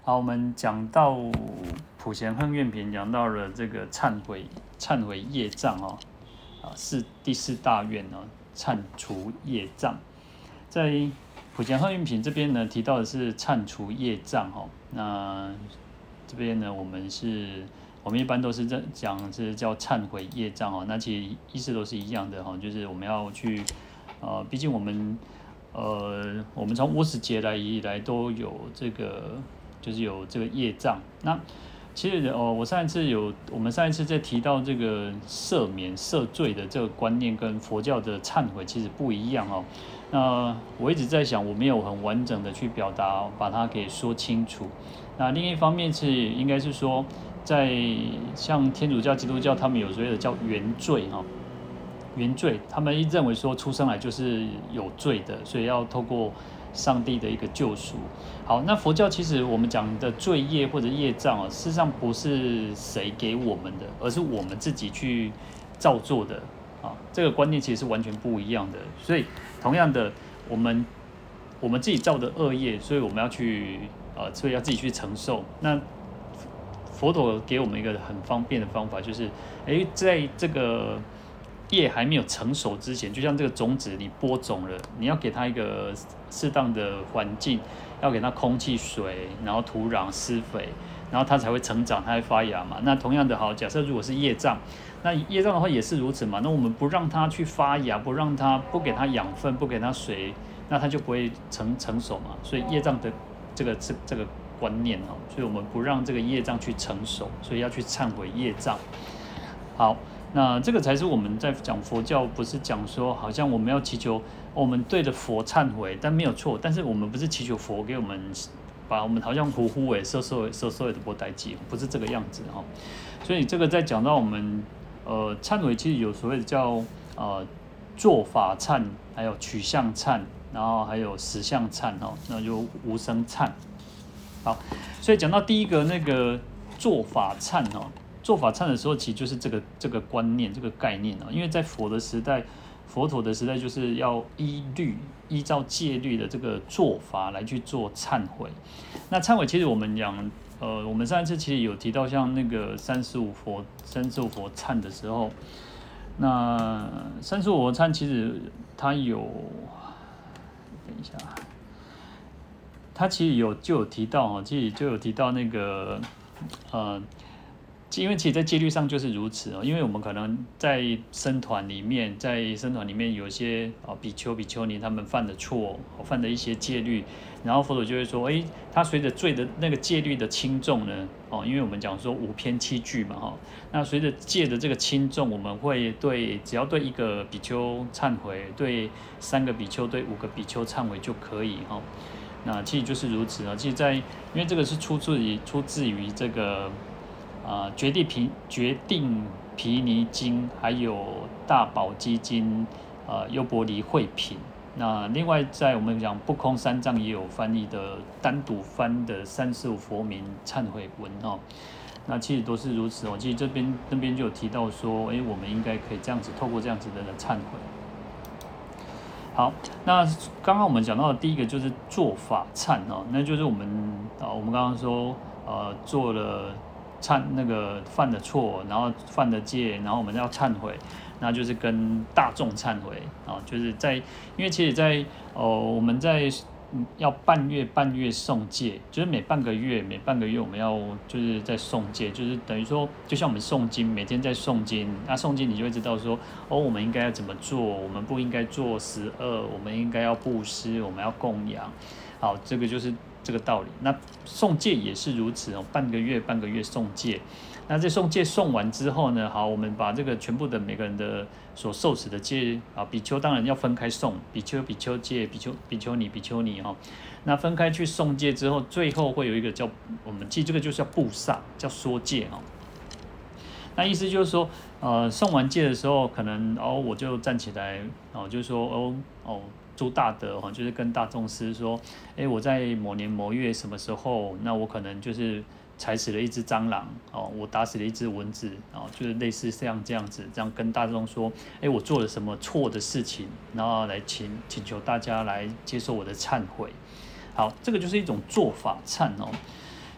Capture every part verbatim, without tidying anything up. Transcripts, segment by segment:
好，我们讲到普贤亨愿品，讲到了这个忏悔、忏悔业障哦，啊，是第四大愿哦，忏除业障。在普贤亨愿品这边呢，提到的是忏除业障哦。那这边呢，我们是，我们一般都是这讲是叫忏悔业障哦。那其实意思都是一样的哈，就是我们要去，呃，毕竟我们，呃，我们从无始劫来以来都有这个。就是有这个业障。那其实哦，我上一次有，我们上一次在提到这个赦免赦罪的这个观念，跟佛教的忏悔其实不一样哦。那我一直在想，我没有很完整的去表达，把它给说清楚。那另一方面是，应该是说，在像天主教、基督教，他们有所谓的叫原罪哈、哦。原罪，他们认为说出生来就是有罪的，所以要透过上帝的一个救赎。好，那佛教其实我们讲的罪业或者业障啊，事实上不是谁给我们的，而是我们自己去造作的啊。这个观念其实是完全不一样的。所以同样的，我们我们自己造的恶业，所以我们要去呃，所以要自己去承受。那佛陀给我们一个很方便的方法，就是哎，在这个叶还没有成熟之前，就像这个种子你播种了，你要给它一个适当的环境，要给它空气、水，然后土壤、施肥，然后它才会成长，它会发芽嘛。那同样的，好，假设如果是业障，那业障的话也是如此嘛。那我们不让它去发芽，不让它不给它养分，不给它水，那它就不会成成熟嘛。所以业障的这个这这个观念哦，所以我们不让这个业障去成熟，所以要去忏悔业障。好。那这个才是我们在讲佛教，不是讲说好像我们要祈求我们对着佛忏悔，但没有错。但是我们不是祈求佛给我们把我们好像呼呼诶、收收诶、收收诶的波代记，不是这个样子哈。所以这个在讲到我们呃忏悔，其实有所谓的叫呃做法忏，还有取向忏，然后还有实相忏哦，那就无生忏。好，所以讲到第一个那个做法忏哦。做法忏的时候，其实就是这个这个观念、这个概念啊。因为在佛的时代，佛陀的时代，就是要依律、依照戒律的这个做法来去做忏悔。那忏悔，其实我们讲，呃，我们上一次其实有提到，像那个三十五佛、三十五佛忏的时候，那三十五佛忏其实它有，等一下，它其实有就有提到哦，其实就有提到那个，呃。因为其实，在戒律上就是如此哦。因为我们可能在僧团里面，在僧团里面有一些哦比丘、比丘尼他们犯的错，犯的一些戒律，然后佛陀就会说，哎，他随着罪的那个戒律的轻重呢，哦，因为我们讲说五篇七句嘛，哈，那随着戒的这个轻重，我们会对只要对一个比丘忏悔，对三个比丘、对五个比丘忏悔就可以哈。那其实就是如此啊。其实在，因为这个是出自于出自于这个。啊，决定皮决定毗尼经，还有大宝积经，呃，优婆离慧品。那另外在我们讲不空三藏也有翻译的单独翻的三十五佛名忏悔文哦。那其实都是如此哦。其实这边那边就有提到说，哎，我们应该可以这样子透过这样子的忏悔。好，那刚刚我们讲到的第一个就是做法忏哦，那就是我们啊，我们刚刚说呃做了。忏那个犯的错，然后犯的戒，然后我们要忏悔，那就是跟大众忏悔啊，就是在，因为其实在，呃，我们在要半月半月诵戒，就是每半个月每半个月我们要就是在诵戒，就是等于说，就像我们诵经，每天在诵经，那诵经你就会知道说，哦，我们应该要怎么做，我们不应该做十恶，我们应该要布施，我们要供养，好，这个就是。这个道理，那诵戒也是如此哦，半个月半个月诵戒，那这诵戒诵完之后呢，好，我们把这个全部的每个人的所受持的戒啊，比丘当然要分开诵，比丘比丘戒，比丘比丘尼比丘尼哈，那分开去诵戒之后，最后会有一个叫我们记这个就是叫布萨，叫说戒哈。那意思就是说，呃，诵完戒的时候，可能哦我就站起来哦，就说哦哦。诸大德哈，就是跟大众师说，哎，我在某年某月什么时候，那我可能就是踩死了一只蟑螂哦，我打死了一只蚊子哦，就是类似像这样子，这样跟大众说，哎，我做了什么错的事情，然后来请请求大家来接受我的忏悔。好，这个就是一种做法忏哦。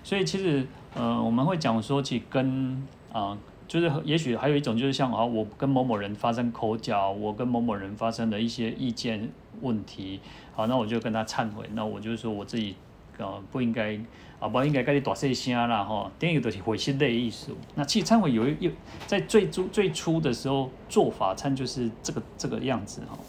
所以其实呃我们会讲说，其实跟啊、呃、就是也许还有一种就是像啊我跟某某人发生口角，我跟某某人发生的一些意见问题，好，那我就跟他忏悔，那我就说我自己呃不应该啊不应该跟你大细声啦吼，等于就是悔心的意思。那其实忏悔有有在最初最初的时候做法忏就是这个这个样子哈。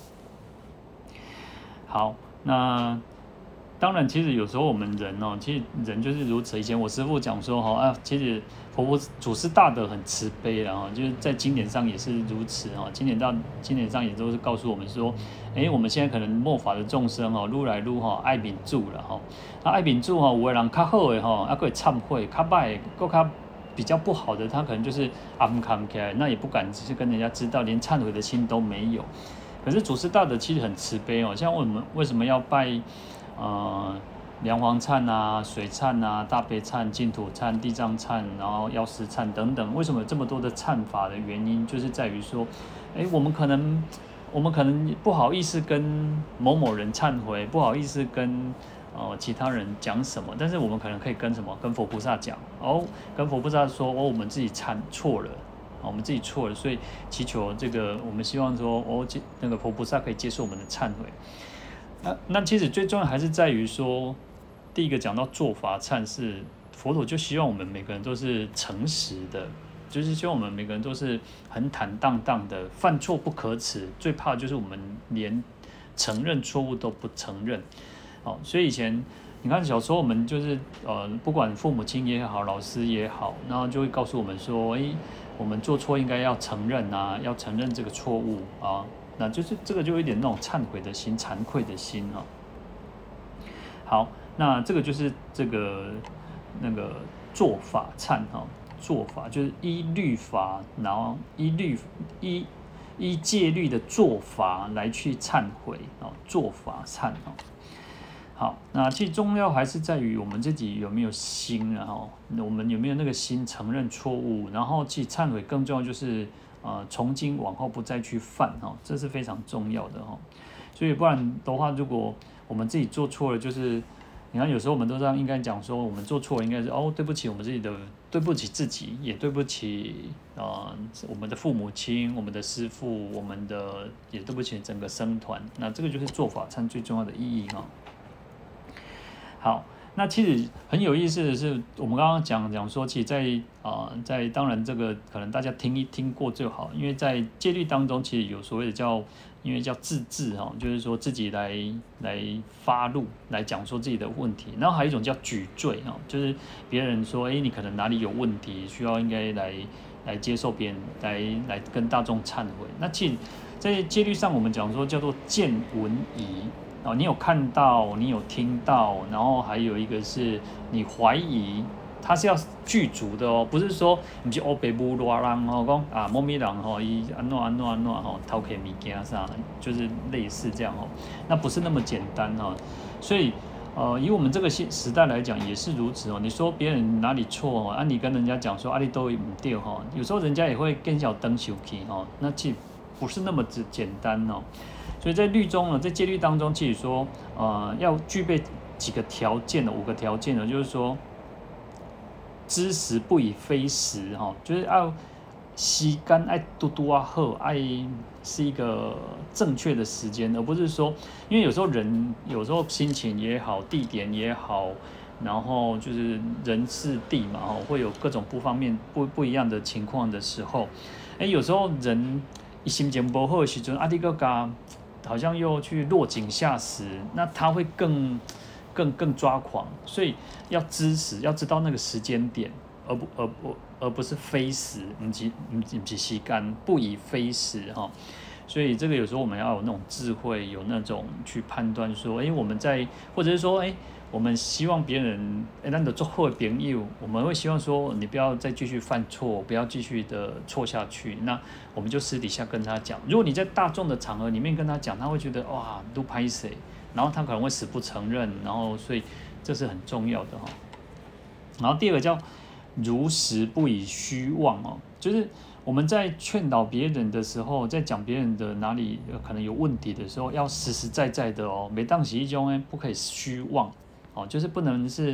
好，那当然，其实有时候我们人哦，其实人就是如此。以前我师父讲说哈啊，其实佛佛祖师大德很慈悲啦哈，就是在经典上也是如此哈。经典上经典上也都是告诉我们说，哎，我们现在可能末法的众生哦，愈来愈哈爱秉住了哈。那爱秉住哈，有的人较好的哈，啊可以忏悔，较歹个较比较不好的，他可能就是暗扛起来，那也不敢只是跟人家知道，连忏悔的心都没有。可是祖师大德其实很慈悲哦，像我们为什么要拜？呃，梁皇忏啊、水忏啊、大悲忏、净土忏、地藏忏，然后药师忏等等，为什么有这么多的忏法的原因，就是在于说，哎，我们可能我们可能不好意思跟某某人忏悔，不好意思跟呃其他人讲什么，但是我们可能可以跟什么，跟佛菩萨讲，哦，跟佛菩萨说，哦，我们自己忏错了。我们自己错了，所以祈求这个，我们希望说，哦，那个佛菩萨可以接受我们的忏悔。那那其实最重要还是在于说，第一个讲到做法忏是佛陀就希望我们每个人都是诚实的，就是希望我们每个人都是很坦荡荡的，犯错不可耻，最怕的就是我们连承认错误都不承认。好，所以以前你看小时候我们就是呃，不管父母亲也好，老师也好，然后就会告诉我们说，诶，我们做错应该要承认啊，要承认这个错误啊。那就是这个就有一点那种忏悔的心、惭愧的心哈、哦。好，那这个就是这个那个做法忏哈、哦，做法就是依律法，然后依律依依戒律的做法来去忏悔哦，做法忏哦。好，那其实重要还是在于我们自己有没有心，然后我们有没有那个心承认错误，然后其实忏悔更重要就是。呃，从今往后不再去犯哈，这是非常重要的哈。所以不然的话，如果我们自己做错了，就是你看有时候我们都这样应该讲说，我们做错了应该是哦，对不起我们自己的，对不起自己，也对不起呃我们的父母亲、我们的师父、我们的也对不起整个僧团。那这个就是做法忏最重要的意义哈。好。那其实很有意思的是，我们刚刚讲讲说，其实在啊、呃，在当然这个可能大家听一听过最好，因为在戒律当中，其实有所谓的叫，因为叫自治哈，就是说自己来来发怒，来讲说自己的问题，然后还有一种叫举罪哈，就是别人说，哎，你可能哪里有问题，需要应该来来接受别人来来跟大众忏悔。那其实，在戒律上，我们讲说叫做见闻疑。哦，你有看到，你有听到，然后还有一个是你怀疑，它是要具足的哦，不是说你去欧北部乱人哦，讲啊某咪人吼，伊安怎安怎安怎吼偷摕物件啥，就是类似这样哦，那不是那么简单哈、哦，所以呃，以我们这个时代来讲也是如此哦。你说别人哪里错哦，啊你跟人家讲说啊你都唔对哈，有时候人家也会更小灯手气哦，那其实不是那么只简单哦。所以在律中呢，在戒律当中，其实说，呃，要具备几个条件的，五个条件呢，就是说，知时不以非时，哈，就是要时间爱嘟嘟啊好，爱是一个正确的时间，而不是说，因为有时候人有时候心情也好，地点也好，然后就是人事地嘛，哈，会有各种不方面不不一样的情况的时候，哎，有时候人一心情不好的时阵，啊，你个加。好像又去落井下石，那他会更、更、更抓狂，所以要知时，要知道那个时间点，而不、而不、而不是非时，不是、不是时间，不以非时哈。所以这个有时候我们要有那种智慧，有那种去判断说，哎，我们在，或者是说，哎。我们希望别人，哎，咱的做好的朋友，我们会希望说，你不要再继续犯错，不要继续的错下去。那我们就私底下跟他讲。如果你在大众的场合里面跟他讲，他会觉得哇，都拍谁，然后他可能会死不承认，然后所以这是很重要的哈。然后第二个叫如实不以虚妄哦，就是我们在劝导别人的时候，在讲别人的哪里可能有问题的时候，要实实在在的哦，每当是一种不可以虚妄。哦，就是不能是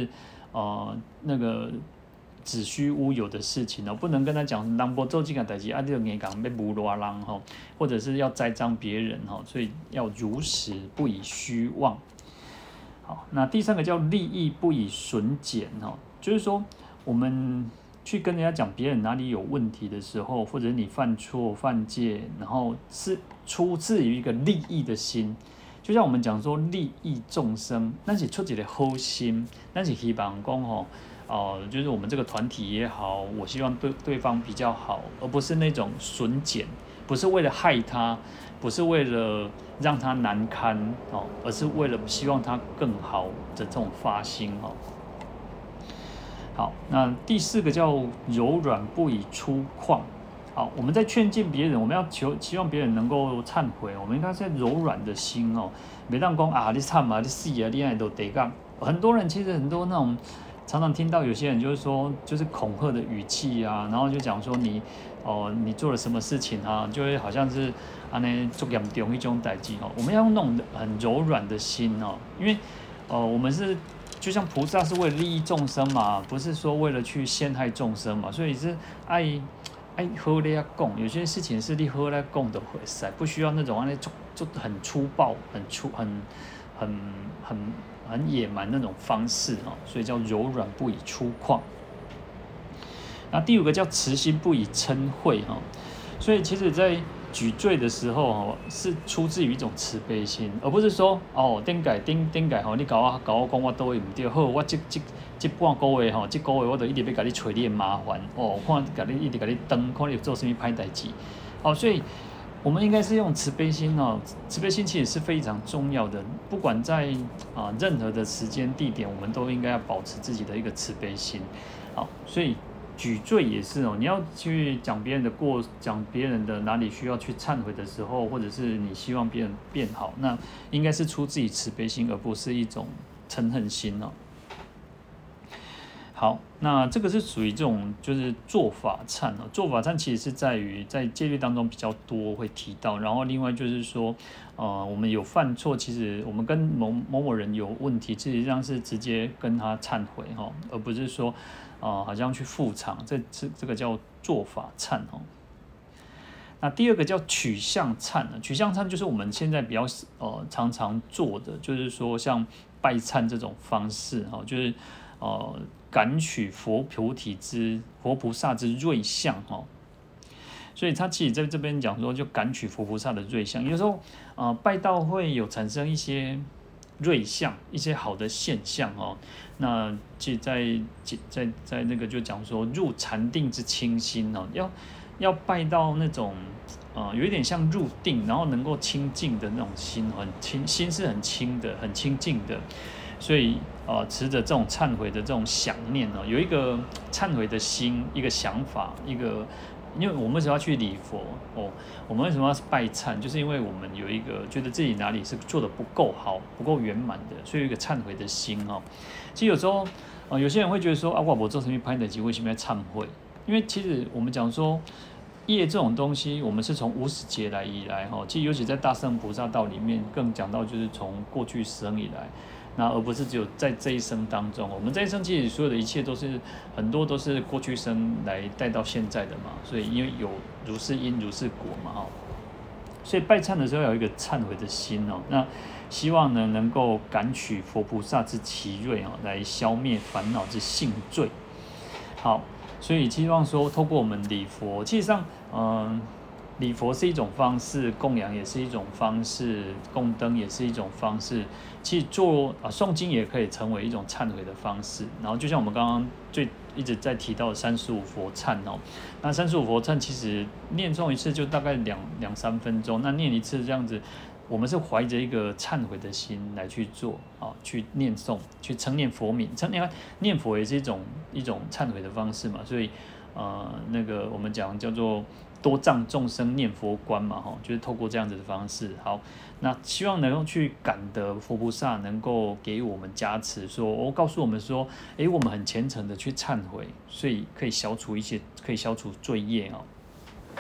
呃那个子虚乌有的事情哦，不能跟他讲人无做这件代志，啊，你就硬讲要侮辱人吼，或者是要栽赃别人吼，所以要如实，不以虚妄。好，那第三个叫利益不以损减哈，就是说我们去跟人家讲别人哪里有问题的时候，或者你犯错犯戒，然后是出自于一个利益的心，就像我们讲说利益众生，那是出自的好心，那是希望讲吼，哦、呃，就是我们这个团体也好，我希望对对方比较好，而不是那种损减，不是为了害他。不是为了让他难堪哦，而是为了希望他更好的这种发心哦。好，那第四个叫柔软不以粗犷。好，我们在劝诫别人，我们要求希望别人能够忏悔，我们应该是柔软的心哦，别让讲啊你惨啊你死啊你爱都得讲。很多人其实很多那种。常常听到有些人就是说，就是恐吓的语气啊，然后就讲说你，哦，你做了什么事情啊，就会好像是安尼做严重一种代志哦。我们要用那种很柔软的心哦，因为，呃，我们是就像菩萨是为了利益众生嘛，不是说为了去陷害众生嘛，所以是爱爱好来讲，有些事情是你好来讲的会使，不需要那种安尼就就很粗暴、很粗、很很很。很野蛮那种方式哦，所以叫柔软不以粗犷。那第五个叫慈心不以嗔恚哈，所以其实在举罪的时候哦，是出自于一种慈悲心，而不是说哦顶改顶顶改吼，你搞我搞我讲我都会唔对，好我这这这半个月吼，这个月我就一直要甲你找你的麻烦哦，看甲你一直甲你登，看你做什么歹代志哦，所以。我们应该是用慈悲心哦，慈悲心其实是非常重要的。不管在啊任何的时间地点，我们都应该要保持自己的一个慈悲心。好，所以举罪也是哦，你要去讲别人的过，讲别人的哪里需要去忏悔的时候，或者是你希望别人变好，那应该是出自己慈悲心，而不是一种嗔恨心哦。好，那这个是属于这种就是做法忏哦，做法忏其实是在于在戒律当中比较多会提到，然后另外就是说，呃，我们有犯错，其实我们跟某某某人有问题，实际上是直接跟他忏悔哈，而不是说，呃，好像去复偿，这这这个叫做法忏哦。那第二个叫取向忏呢，取向忏就是我们现在比较呃常常做的，就是说像拜忏这种方式哈，就是呃。感取佛菩提之佛菩萨之瑞相哈，所以他其实在这边讲说，就感取佛菩萨的瑞相。有时候，呃，拜道会有产生一些瑞相，一些好的现象哦。那其实在在在那个就讲说，入禅定之清心哦，要要拜到那种呃，有一点像入定，然后能够清净的那种心，很清，心是很清的，很清净的。所以，呃，持着这种忏悔的这种想念哦，有一个忏悔的心，一个想法，一个，因为我们为什么要去礼佛哦？我们为什么要拜忏？就是因为我们有一个觉得自己哪里是做的不够好、不够圆满的，所以有一个忏悔的心哦。其实有时候，呃，有些人会觉得说啊，我做什么拍的机为什么要忏悔？因为其实我们讲说。业这种东西，我们是从无始劫来以来哈，其实尤其在大乘菩萨道里面，更讲到就是从过去生以来，那而不是只有在这一生当中。我们这一生其实所有的一切都是很多都是过去生来带到现在的嘛，所以因为有如是因如是果嘛哈，所以拜忏的时候有一个忏悔的心哦，那希望呢能够感取佛菩萨之奇瑞哦，来消灭烦恼之性罪。好。所以希望说，透过我们礼佛，其实上，嗯，礼佛是一种方式，供养也是一种方式，供灯也是一种方式。其实做啊诵经也可以成为一种忏悔的方式。然后就像我们刚刚最一直在提到的三十五佛忏哦，那三十五佛忏其实念诵一次就大概两两三分钟，那念一次这样子。我们是怀着一个忏悔的心来去做啊，去念诵，去称念佛名。称念念佛也是一种一种忏悔的方式嘛，所以呃，那个我们讲叫做多障众生念佛观嘛，哈，就是透过这样子的方式。好，那希望能够去感得佛菩萨能够给予我们加持，说我、哦、告诉我们说，诶，我们很虔诚的去忏悔，所以可以消除一些，可以消除罪业哦。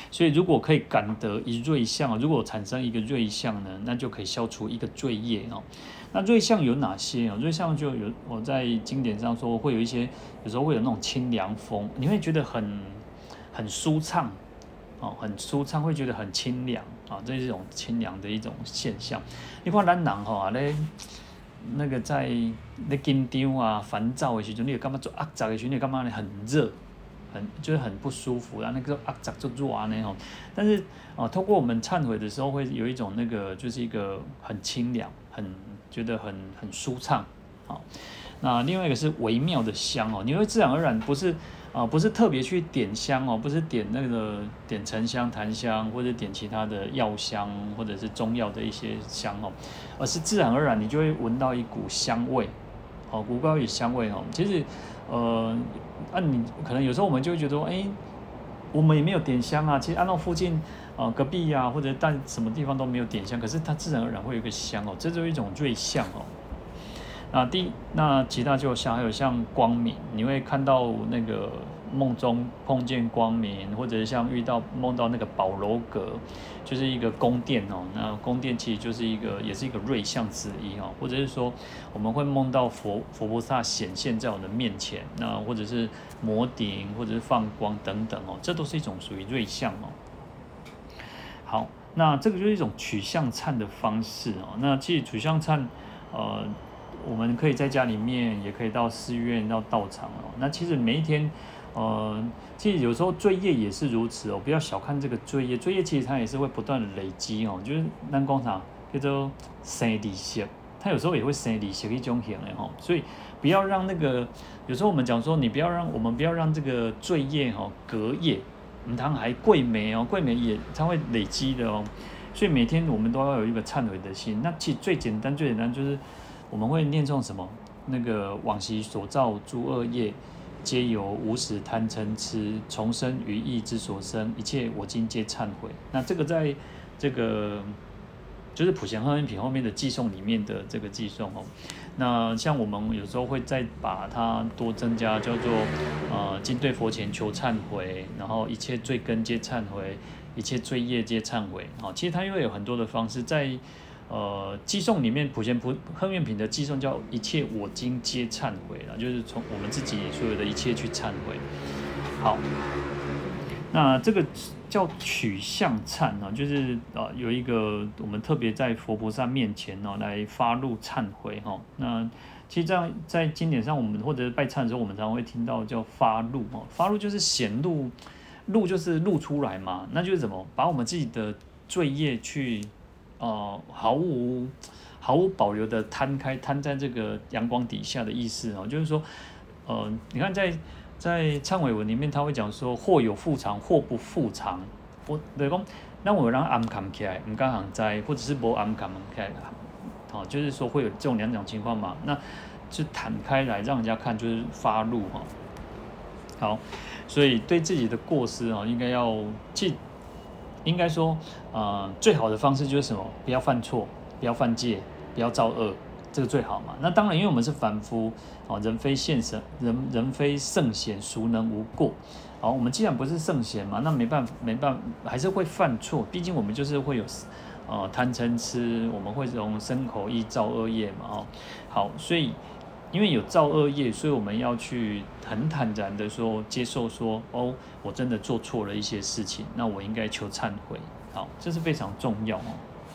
所以如果可以感得一瑞相，如果产生一个瑞相呢，那就可以消除一个罪业哦。那瑞相有哪些啊？瑞相就有我在经典上说会有一些，有时候会有那种清凉风，你会觉得很很舒畅哦，很舒畅，会觉得很清凉啊，这是一种清凉的一种现象。你看咱人吼咧，那个在咧紧张啊、烦躁的时候，你会感觉做压榨的时候，你会感觉很热。很就是很不舒服啊，那个啊咋就热啊那种，但是哦，透过我们忏悔的时候，会有一种那个就是一个很清凉，很觉得很很舒畅，好，那另外一个是微妙的香哦，你会自然而然不是啊、呃、不是特别去点香哦，不是点那个点沉香、檀香或者点其他的药香或者是中药的一些香哦，而是自然而然你就会闻到一股香味，哦，古高与香味哦，其实。呃，啊你可能有时候我们就会觉得说，哎，我们也没有点香啊。其实按照附近呃隔壁啊，或者在什么地方都没有点香，可是它自然而然会有一个香哦，这就是一种瑞相哦。那第那其他就像还有像光明，你会看到那个梦中碰见光明，或者是像遇到梦到那个宝楼阁，就是一个宫殿哦。那宫殿其实就是一个也是一个瑞相之一哦，或者是说我们会梦到佛佛菩萨显现在我的面前，那或者是摩顶，或者是放光等等哦，这都是一种属于瑞相哦。好，那这个就是一种取向忏的方式哦。那其实取向忏，呃。我们可以在家里面，也可以到寺院、到道场哦。那其实每一天，呃，其实有时候罪业也是如此哦。不要小看这个罪业，罪业其实它也是会不断的累积哦。就是咱讲啥叫做生利息，它有时候也会生利息一种型的哦。所以不要让那个，有时候我们讲说，你不要让我们不要让这个罪业哈隔夜，唔通还贵霉哦，贵霉也它会累积的哦。所以每天我们都要有一个忏悔的心。那其实最简单最简单就是。我们会念诵什么？那个往昔所造诸恶业，皆由无始贪嗔痴，重生于意之所生，一切我今皆忏悔。那这个在这个就是普贤行愿品后面的寄诵里面的这个寄诵哦。那像我们有时候会再把它多增加，叫做呃今对佛前求忏悔，然后一切罪根皆忏悔，一切罪业皆忏悔。好，其实它因为有很多的方式在。呃，寄诵里面普贤普行愿品的寄诵叫一切我今皆忏悔了，就是从我们自己所有的一切去忏悔。好，那这个叫取向忏啊，就是呃有一个我们特别在佛菩萨面前哦来发露忏悔哈。那其实这样在经典上，我们或者拜忏的时候，我们常常会听到叫发露哦，发露就是显露，露就是露出来嘛，那就是怎么把我们自己的罪业去。呃，毫无毫无保留的摊开，摊在这个阳光底下的意思哦，就是说，呃，你看在在忏悔文里面，他会讲说，或有复偿，或不复偿。我对讲，那我让暗扛起来，唔敢行在，或者是无暗扛起来，好、哦，就是说会有这种两种情况嘛，那就摊开来让人家看，就是发露哈、哦。好，所以对自己的过失啊、哦，应该要记。应该说，呃，最好的方式就是什么？不要犯错，不要犯戒，不要造恶，这个最好嘛。那当然，因为我们是凡夫，哦，人非现神，人人非圣贤，孰能无过？好，我们既然不是圣贤嘛，那没办法，没办法，还是会犯错。毕竟我们就是会有，呃，贪嗔痴，我们会从身口意造恶业嘛，哦，好，所以。因为有造恶业，所以我们要去很坦然的说，接受说，哦，我真的做错了一些事情，那我应该求忏悔，好，这是非常重要哦。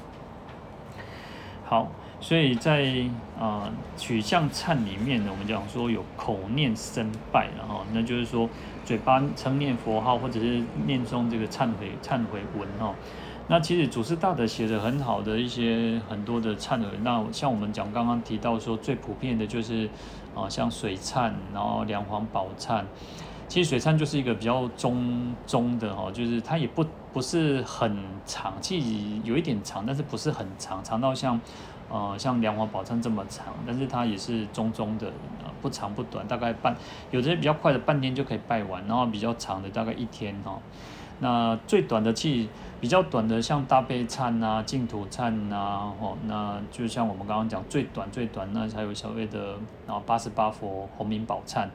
好，所以在啊、呃、取向忏里面呢，我们讲说有口念身拜，然后那就是说嘴巴称念佛号，或者是念诵这个忏悔忏悔文哦。那其实祖师大德写的很好的一些很多的忏悔，那像我们讲刚刚提到说最普遍的就是啊、呃、像水忏，然后梁皇宝忏。其实水忏就是一个比较中中的哦，就是它也不不是很长，其实有一点长，但是不是很长，长到像呃像梁皇宝忏这么长，但是它也是中中的，呃不长不短，大概半有些比较快的半天就可以拜完，然后比较长的大概一天哦。那最短的其实比较短的像大悲忏啊、净土忏啊，哦，那就像我们刚刚讲最短最短，那还有所谓的啊八十八佛洪名宝忏。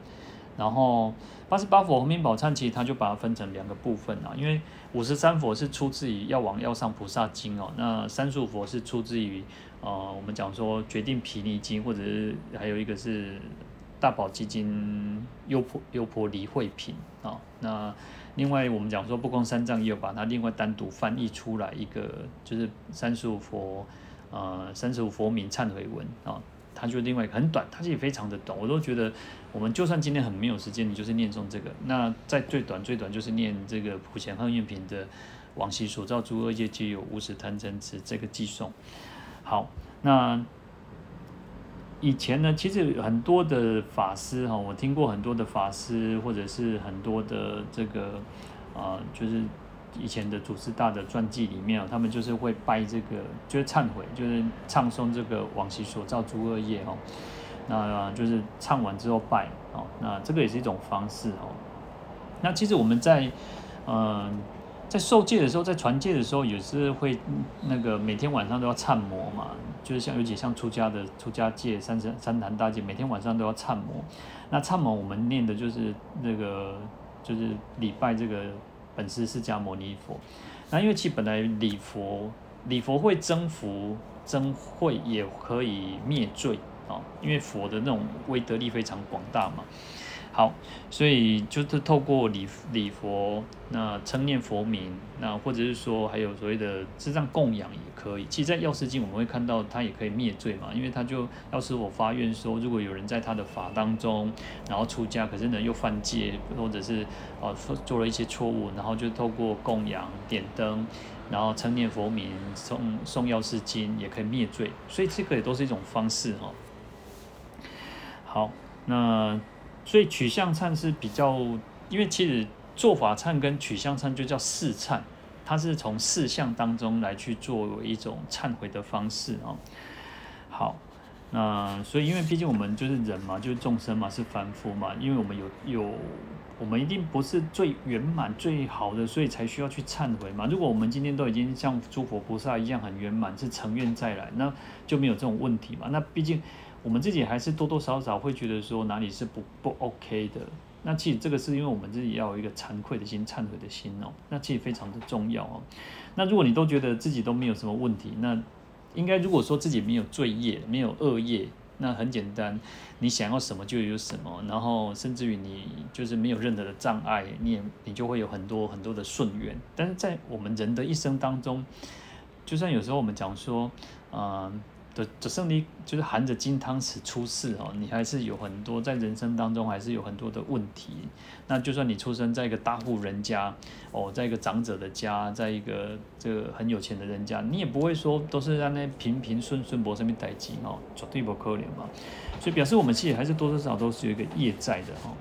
然后八十八佛洪名宝忏，其实它就把它分成两个部分啊，因为五十三佛是出自于《药王药上菩萨经》哦，那三十五佛是出自于呃我们讲说决定毗尼经，或者是还有一个是大宝积经优婆优婆离慧品啊。那另外我们讲说不空三藏也有把它另外单独翻译出来一个，就是三十五佛呃三十五佛名忏悔文啊。它就另外一个很短，它其实非常的短，我都觉得我们就算今天很没有时间，你就是念诵这个。那在最短最短就是念这个普贤恒愿品的往昔所造诸恶业皆有无始贪嗔痴这个偈颂。好，那以前呢，其实很多的法师哈，我听过很多的法师，或者是很多的这个啊、呃，就是以前的祖师大的传记里面，他们就是会拜这个，就是忏悔，就是唱诵这个往昔所造诸恶业哦。那就是唱完之后拜哦，那这个也是一种方式哦。那其实我们在嗯、呃、在受戒的时候，在传戒的时候，也是会那个每天晚上都要忏摩嘛，就是像尤其像出家的出家戒、三三坛大戒，每天晚上都要忏摩。那忏摩我们念的就是那个就是礼拜这个本师释迦牟尼佛。那因为其实本来礼佛礼佛会增福增慧，也可以灭罪啊、哦，因为佛的那种威德力非常广大嘛。好，所以就是透过礼礼佛，那称念佛名，那或者是说还有所谓的智障供养也可以。其实，在药师经我们会看到，它也可以灭罪嘛，因为他就药师佛发愿说，如果有人在他的法当中，然后出家，可是呢又犯戒，或者是呃做了一些错误，然后就透过供养、点灯，然后称念佛名、诵诵药师经，也可以灭罪。所以这个也都是一种方式哈、哦。好，那。所以取向忏是比较，因为其实做法忏跟取向忏就叫事忏，它是从事项当中来去作为一种忏悔的方式哦。好，那所以因为毕竟我们就是人嘛，就是众生嘛，是凡夫嘛，因为我们有有我们一定不是最圆满最好的，所以才需要去忏悔嘛。如果我们今天都已经像诸佛菩萨一样很圆满，是成愿再来，那就没有这种问题嘛。那毕竟。我们自己还是多多少少会觉得说哪里是不不 OK 的，那其实这个是因为我们自己要有一个惭愧的心、忏悔的心哦，那其实非常的重要哦。那如果你都觉得自己都没有什么问题，那应该如果说自己没有罪业、没有恶业，那很简单，你想要什么就有什么，然后甚至于你就是没有任何的障碍，你也你就会有很多很多的顺缘。但是在我们人的一生当中，就算有时候我们讲说，嗯、呃。的的胜利就是含着金汤匙出世哦，你还是有很多在人生当中还是有很多的问题。那就算你出生在一个大户人家哦，在一个长者的家，在一个这个很有钱的人家，你也不会说都是让那平平顺顺没什么代志哦，绝对不可能嘛。所以表示我们其实还是多多少少都是有一个业在的哦。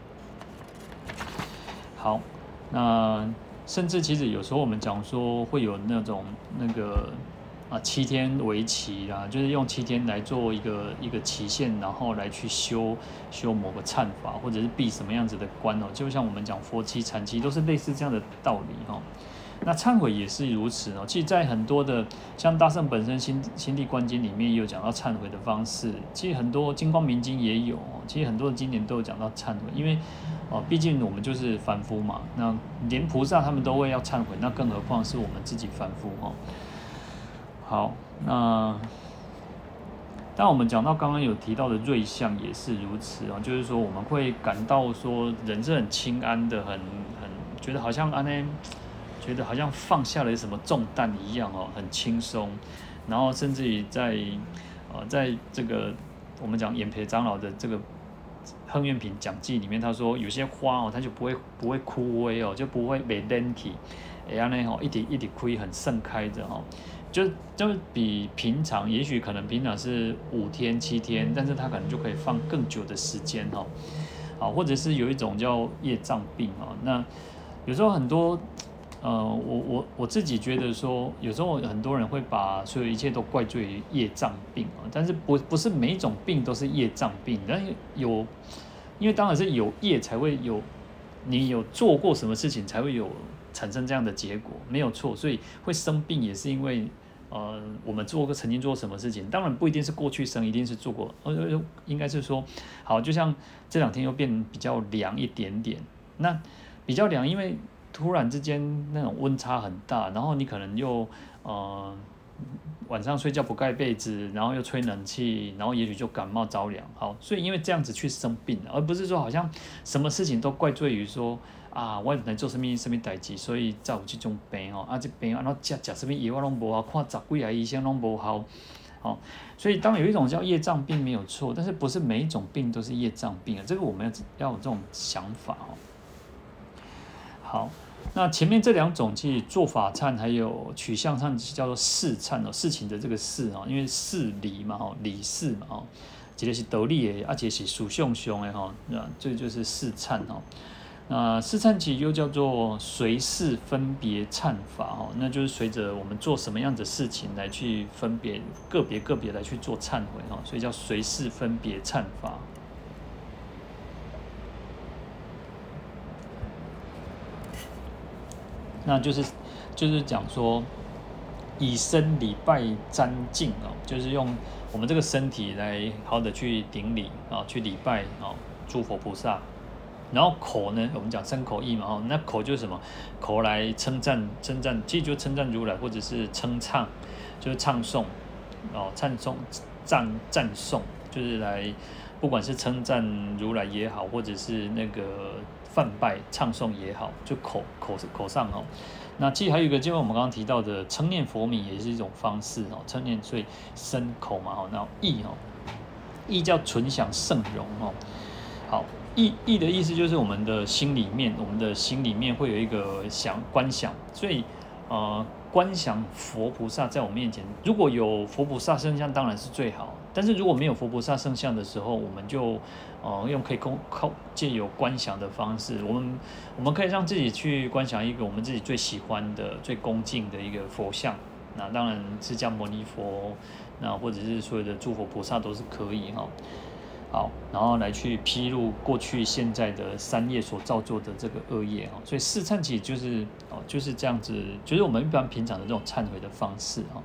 好，那甚至其实有时候我们讲说会有那种那个。啊，七天为期啦，就是用七天来做一个一个期限，然后来去修修某个忏法，或者是闭什么样子的关哦，就像我们讲佛七禅七，都是类似这样的道理哈、哦。那忏悔也是如此哦。其实，在很多的像大圣本身心心地观经里面也有讲到忏悔的方式，其实很多金光明经也有哦。其实很多的经典都有讲到忏悔，因为哦，毕竟我们就是凡夫嘛，那连菩萨他们都会要忏悔，那更何况是我们自己凡夫哦。好，那但我们讲到刚刚有提到的瑞相也是如此啊，就是说我们会感到说人是很清安的，很很觉得好像安呢，觉得好像放下了什么重担一样哦，很轻松，然后甚至于在呃在这个我们讲演培长老的这个恒愿品讲记里面，他说有些花哦，它就不会不会枯萎哦，就不会被冷起，哎呀呢吼，一直一直开很盛开着哦。就就比平常，也许可能平常是五天七天，但是它可能就可以放更久的时间哈，好，或者是有一种叫业障病啊，那有时候很多，呃，我我我自己觉得说，有时候很多人会把所有一切都怪罪于业障病啊，但是不不是每一种病都是业障病，但有，因为当然是有业才会有，你有做过什么事情才会有产生这样的结果，没有错，所以会生病也是因为呃，我们做过曾经做过什么事情，当然不一定是过去生，一定是做过，呃，应该是说，好，就像这两天又变比较凉一点点，那比较凉，因为突然之间那种温差很大，然后你可能又呃晚上睡觉不盖被子，然后又吹冷气，然后也许就感冒着凉，好，所以因为这样子去生病，而不是说好像什么事情都怪罪于说。啊，我来做什么什么代志，所以才有这种病哦。啊，这病啊，然后吃吃什么药啊，拢无效，看十几个医生拢无效。哦，所以当有一种叫业障病没有错，但是不是每一种病都是业障病啊？这个我们要要有这种想法哦。好，那前面这两种其实做法忏还有取向忏叫做事忏哦，事情的这个事哦，因为事理嘛哦，理事嘛哦，一个是道理的，啊，一个是事相上的哈，那这就是事忏哦。那事忏其实又叫做随事分别忏法哦，那就是随着我们做什么样的事情来去分别个别个别来去做忏悔哦，所以叫随事分别忏法。那就是就是讲说以身礼拜瞻敬哦，就是用我们这个身体来好的去顶礼啊，去礼拜啊诸佛菩萨。然后口呢，我们讲身口意嘛，哦，那口就是什么？口来称赞称赞，其实就称赞如来，或者是称唱，就是唱诵，哦，唱诵赞赞颂，就是来，不管是称赞如来也好，或者是那个梵拜唱诵也好，就口口口上哦。那其实还有一个，就我们刚刚提到的称念佛名，也是一种方式哦，称念，所以身口嘛，哦，那意哦，意叫存享圣容哦，好。意意的意思就是我们的心里面，我们的心里面会有一个想观想，所以呃观想佛菩萨在我面前，如果有佛菩萨圣像当然是最好，但是如果没有佛菩萨圣像的时候，我们就呃用可以靠借由观想的方式，我们我们可以让自己去观想一个我们自己最喜欢的、最恭敬的一个佛像，那当然释迦牟尼佛，那或者是所有的诸佛菩萨都是可以哈。好，然后来去披露过去、现在的三业所造作的这个恶业啊，所以事忏其实就是哦就是这样子，就是我们一般平常的这种忏悔的方式啊。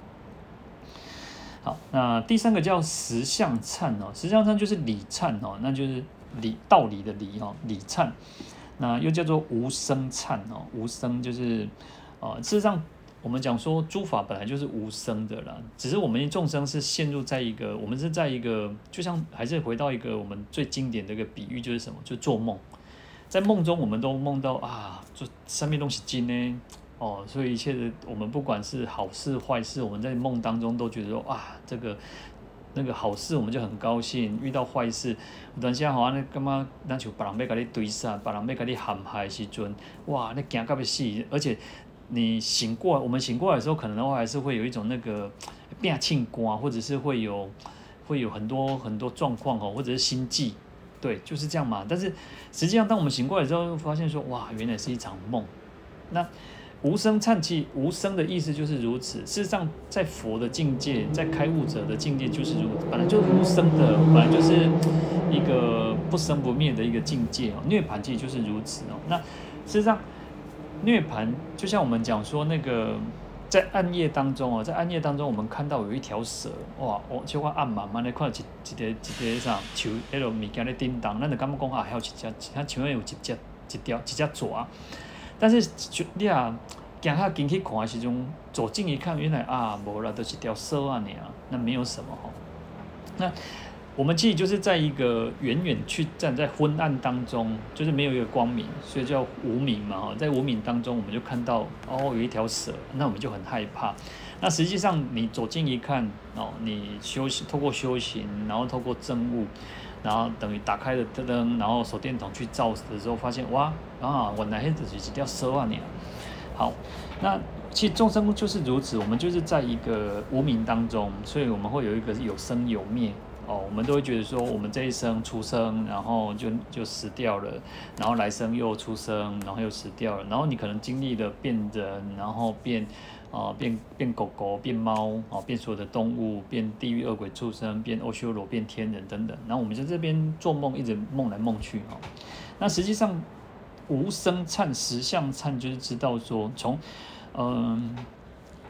好，那第三个叫实相忏哦，实相忏就是理忏哦，那就是理道理的理哦，理忏，那又叫做无生忏哦，无生就是呃事实上。我们讲说诸法本来就是无生的啦，只是我们众生是陷入在一个，我们是在一个，就像还是回到一个我们最经典的一个比喻，就是什么？就做梦，在梦中我们都梦到啊，就上面东西金呢，哦，所以一切的我们不管是好事坏事，我们在梦当中都觉得说啊，这个那个好事我们就很高兴，遇到坏事，有段时间好像那干嘛，那就别人要跟你对杀，别人要跟你陷害的时阵，哇，你惊到要死，而且。你醒过来，我们醒过来的时候，可能的话还是会有一种那个变庆光，或者是会有会有很多很多状况哦，或者是心悸，对，就是这样嘛。但是实际上，当我们醒过来之后，发现说，哇，原来是一场梦。那无生忏气，无生的意思就是如此。事实上，在佛的境界，在开悟者的境界就是如此，本来就是无生的，本来就是一个不生不灭的一个境界哦。涅槃其实就是如此哦。那事实上。涅槃就像我们讲说那个在暗夜当中哦，在暗夜当中我们看到有一条蛇，哇，我就我暗慢慢的看到一一个一个啥树，迄落物件咧叮当，咱就感觉讲啊，还有一只，它前面有一只一条一只蛇，但是你啊行下进去看的时阵，走近一看，原来啊无啦，就是一条蛇啊尔，那没有什么吼，那。我们其实就是在一个远远去站在昏暗当中，就是没有一个光明，所以叫无明嘛。在无明当中，我们就看到哦有一条蛇，那我们就很害怕。那实际上你走近一看，哦，你修行透过修行，然后透过证悟，然后等于打开了灯，然后手电筒去照的时候，发现哇啊，原来那就是一条蛇啊你。好，那其实众生就是如此，我们就是在一个无明当中，所以我们会有一个有生有灭。哦，我们都会觉得说，我们这一生出生，然后就就死掉了，然后来生又出生，然后又死掉了，然后你可能经历了变人，然后变，啊、呃、变变狗狗，变猫，哦变所有的动物，变地狱恶鬼畜生，变欧修罗，变天人等等，然后我们在这边做梦，一直梦来梦去哦。那实际上无生忏实相忏就是知道说，从嗯。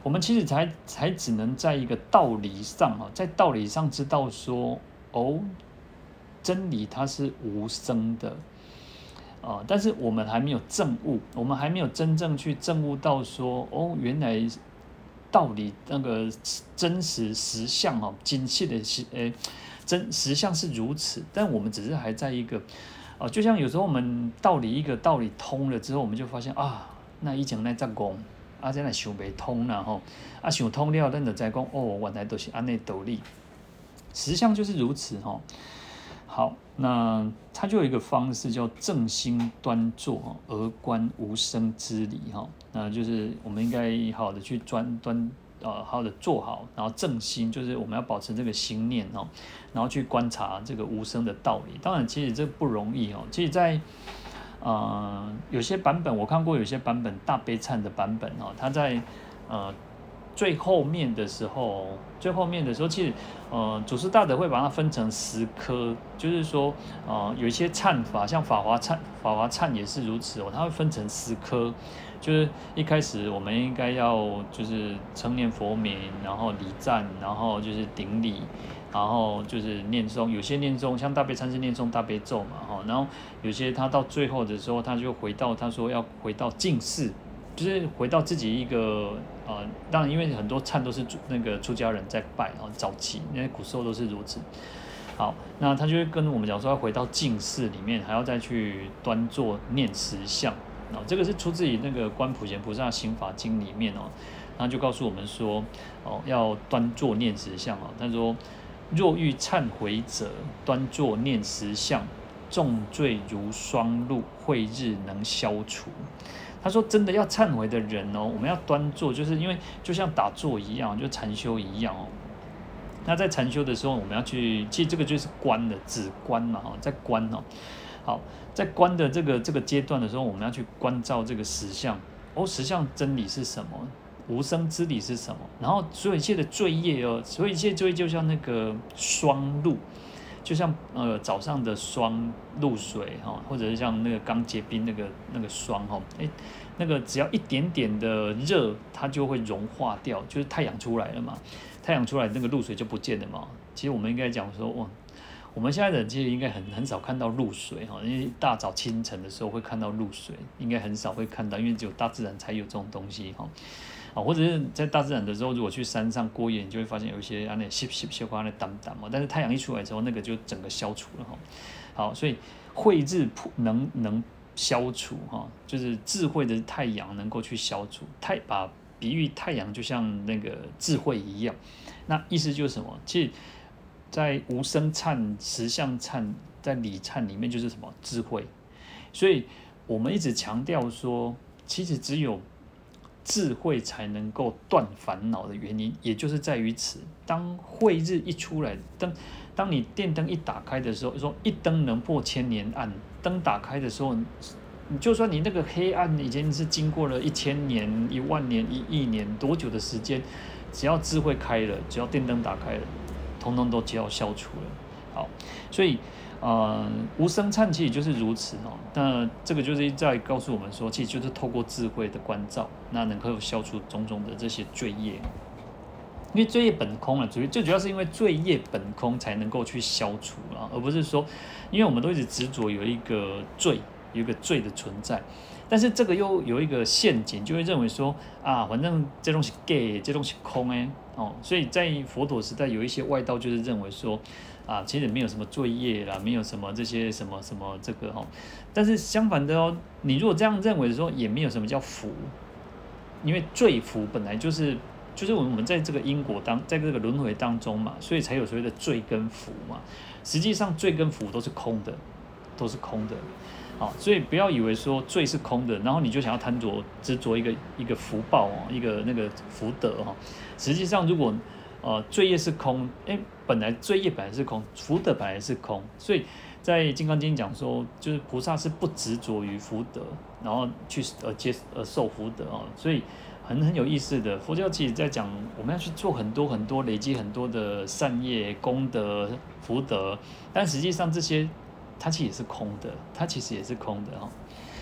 我们其实才才只能在一个道理上哈，在道理上知道说，哦，真理它是无声的。啊、呃，但是我们还没有证悟，我们还没有真正去证悟到说，哦，原来道理那个真实实相哦，精细的实诶真实相是如此，但我们只是还在一个，哦、呃，就像有时候我们道理一个道理通了之后，我们就发现啊，那以前那只戆，啊，现在想不通了吼，啊，想通了，咱就知讲，哦，原来都是安内道理，实相就是如此吼。好，那它就有一个方式叫正心端坐，而观无生之理哈。那就是我们应该好好的去专端呃，好好的做好，然后正心就是我们要保持这个心念哦，然后去观察这个无生的道理。当然，其实这不容易哦。其实在，在呃有些版本我看过，有些版本大悲忏的版本哦，它在呃。最后面的时候，最后面的时候，其实，呃，祖师大德会把它分成十科，就是说，呃，有一些忏法，像法华忏，法华忏也是如此哦，它会分成十科，就是一开始我们应该要就是称念佛名，然后礼赞，然后就是顶礼，然后就是念诵，有些念诵像大悲忏是念诵大悲咒嘛，哈，然后有些他到最后的时候，他就回到他说要回到净室。就是回到自己一个呃，当然因为很多忏都是那个出家人在拜哦，早期因为古时候都是如此。好，那他就会跟我们讲说要回到净室里面，还要再去端坐念实相。哦，这个是出自于那个《观普贤菩萨行法经》里面哦，然后就告诉我们说哦，要端坐念实相哦。他说若欲忏悔者，端坐念实相，重罪如霜露，慧日能消除。他说：“真的要忏悔的人哦，我们要端坐，就是因为就像打坐一样，就禅修一样哦。那在禅修的时候，我们要去，其实这个就是观的止观嘛，哈，在观哦。好，在观的这个这个阶段的时候，我们要去关照这个实相。哦，实相真理是什么？无生之理是什么？然后所有一切的罪业哦，所有一切罪业就像那个霜露。”就像呃早上的霜露水哈，或者是像那个刚结冰那个那个霜哈，哎，那个只要一点点的热，它就会融化掉，就是太阳出来了嘛，太阳出来那个露水就不见了嘛。其实我们应该讲说，哇，我们现在人其实应该很很少看到露水哈，因为大早清晨的时候会看到露水，应该很少会看到，因为只有大自然才有这种东西哈。啊，或者是在大自然的时候，如果去山上过夜，你就会发现有一些啊那湿湿湿花那淡淡嘛，但是太阳一出来之后，那个就整个消除了哈。好，所以慧日能能消除哈，就是智慧的太阳能够去消除太把比喻太阳就像那个智慧一样，那意思就是什么？其实，在无生忏、实相忏、在理忏里面就是什么智慧，所以我们一直强调说，其实只有智慧才能够断烦恼的原因，也就是在于此。当慧日一出来，当当你电灯一打开的时候，说一灯能破千年暗。灯打开的时候，你就算你那个黑暗已经是经过了一千年、一万年、一亿年多久的时间，只要智慧开了，只要电灯打开了，统统都就要消除了。好，所以。呃，无生忏其实就是如此哦。那这个就是在告诉我们说，其实就是透过智慧的关照，那能够消除种种的这些罪业。因为罪业本空了，主最主要是因为罪业本空才能够去消除啊，而不是说，因为我们都一直执着有一个罪，有一个罪的存在。但是这个又有一个陷阱，就会认为说啊，反正这东西假，这东西空哎哦，所以在佛陀时代有一些外道就是认为说啊，其实没有什么罪业啦，没有什么这些什么什么这个哦，但是相反的哦，你如果这样认为的时候，也没有什么叫福，因为罪福本来就是就是我们在这个因果当在这个轮回当中嘛，所以才有所谓的罪跟福嘛。实际上罪跟福都是空的，都是空的。好，所以不要以为说罪是空的，然后你就想要贪着执着一个一个福报哦，一个那个福德哈。实际上，如果呃罪业是空，哎，本来罪业本来是空，福德本来是空，所以在《金刚经》讲说，就是菩萨是不执着于福德，然后去呃接呃受福德哦，所以很很有意思的。佛教其实在讲，我们要去做很多很多累积很多的善业、功德、福德，但实际上这些。它其实也是空的，它其实也是空的哈。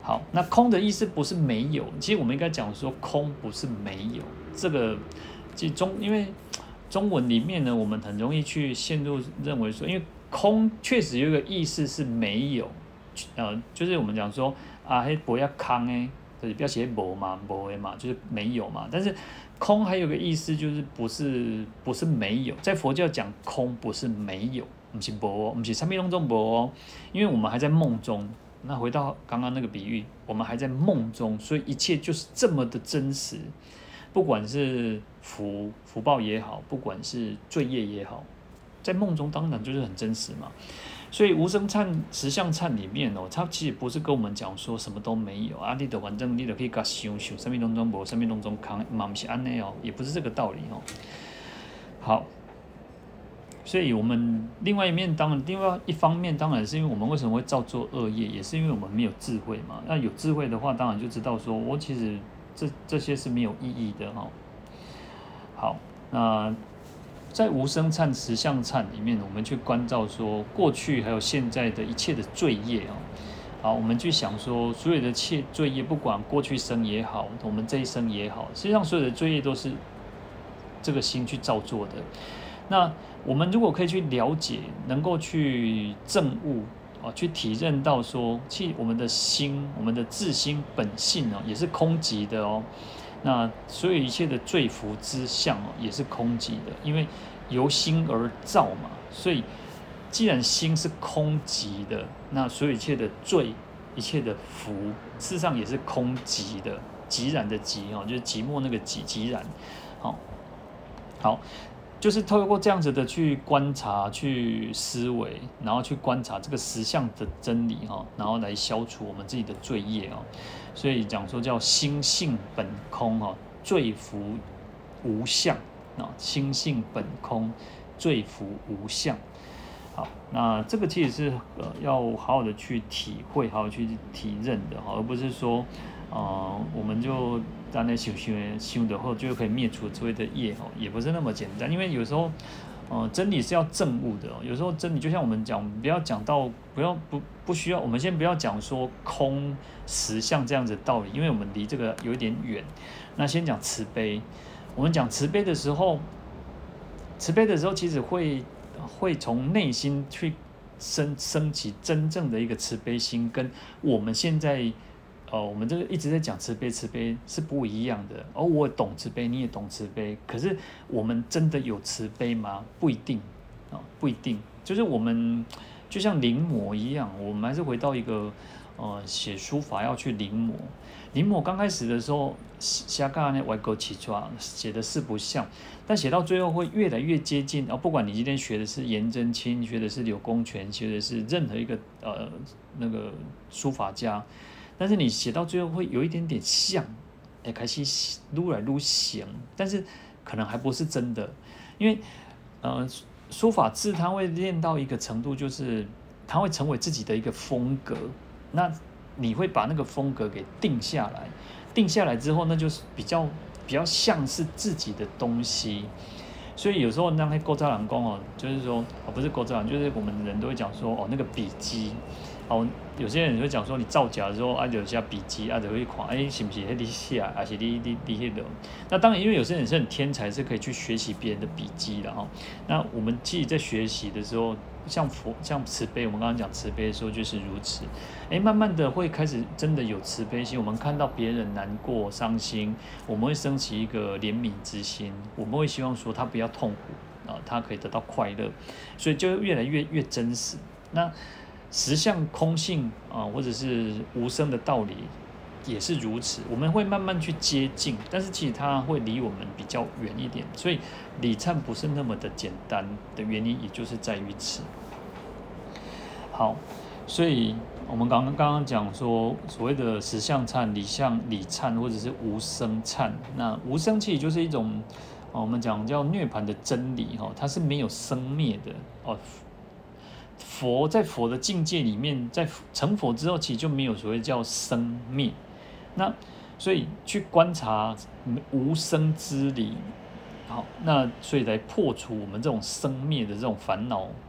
好，那空的意思不是没有，其实我们应该讲说空不是没有，这个其实中因为中文里面呢，我们很容易去陷入认为说，因为空确实有一个意思是没有，呃，就是我们讲说啊，嘿不要空诶，就是不要写无嘛，无的嘛，就是没有嘛。但是空还有个意思就是不是不是没有，在佛教讲空不是没有，不是无哦，不是三昧当中无哦，因为我们还在梦中。那回到刚刚那个比喻，我们还在梦中，所以一切就是这么的真实，不管是福福报也好，不管是罪业也好，在梦中当然就是很真实嘛。所以无生忏、实相忏里面哦，它其实不是跟我们讲说什么都没有啊，你的反正你就可以甲想想，生命当中无，生命当中空，嘛不是安内哦，也不是这个道理哦。好。所以我们另外一面当然，另外一方面当然是因为我们为什么会造作恶业，也是因为我们没有智慧嘛。那有智慧的话，当然就知道说我其实这这些是没有意义的哈。好，那在无生忏、实相忏里面，我们去关照说过去还有现在的一切的罪业啊。好，我们去想说所有的切罪业，不管过去生也好，我们这一生也好，实际上所有的罪业都是这个心去造作的。那我们如果可以去了解，能够去证悟啊，去体认到说，其实我们的心，我们的自心本性哦，也是空寂的哦。那所有一切的罪福之相哦，也是空寂的，因为由心而造嘛。所以既然心是空寂的，那所有一切的罪、一切的福，事实上也是空寂的，寂然的寂哦，就是寂寞那个寂，寂然。好，好。就是透过这样子的去观察、去思维，然后去观察这个实相的真理哈，然后来消除我们自己的罪业哦。所以讲说叫心性本空哈，罪福无相啊，心性本空，罪福无相。好，那这个其实是呃要好好的去体会、好好去体认的哈，而不是说呃我们就。在那修修修的后，就可以灭除所谓的业哦，也不是那么简单。因为有时候，呃，真理是要证悟的哦。有时候真理就像我们讲，不要讲到，不要不不需要，我们先不要讲说空实相这样子的道理，因为我们离这个有一点远。那先讲慈悲。我们讲慈悲的时候，慈悲的时候，其实会会从内心去升升起真正的一个慈悲心，跟我们现在。哦，我们这个一直在讲慈悲，慈悲是不一样的。哦，我懂慈悲，你也懂慈悲，可是我们真的有慈悲吗？不一定啊、哦，不一定。就是我们就像临摹一样，我们还是回到一个呃写书法要去临摹。临摹刚开始的时候，瞎干那歪勾起抓写的四不像，但写到最后会越来越接近。然、哦、后不管你今天学的是颜真卿，学的是柳公权，学的是任何一个呃那个书法家。但是你写到最后会有一点点像，哎，开始撸来撸像，但是可能还不是真的，因为呃书法字它会练到一个程度，就是它会成为自己的一个风格，那你会把那个风格给定下来，定下来之后，那就是比较比较像是自己的东西。所以有时候那些勾渣郎公哦，就是说哦不是勾渣郎，就是我们人都会讲说哦那个笔迹。哦，有些人就讲说你造假的时候，啊，有些笔记啊，就会看，哎，是不是你写，还是你你你迄个？那当然，因为有些人是很天才，是可以去学习别人的笔记的哈。那我们自己在学习的时候，像佛像慈悲，我们刚刚讲慈悲的时候就是如此。哎，慢慢的会开始真的有慈悲心，我们看到别人难过、伤心，我们会升起一个怜悯之心，我们会希望说他不要痛苦啊，他可以得到快乐，所以就越来越越真实。那实相空性啊，或者是无声的道理，也是如此。我们会慢慢去接近，但是其实它会离我们比较远一点。所以礼忏不是那么的简单的原因，也就是在于此。好，所以我们刚刚刚刚讲说，所谓的实相忏、理相礼忏，或者是无生忏。那无生其实就是一种，我们讲叫涅槃的真理哈，它是没有生灭的哦。佛在佛的境界里面，在成佛之后，其实就没有所谓叫生灭。那所以去观察无生之理，好，那所以来破除我们这种生灭的这种烦恼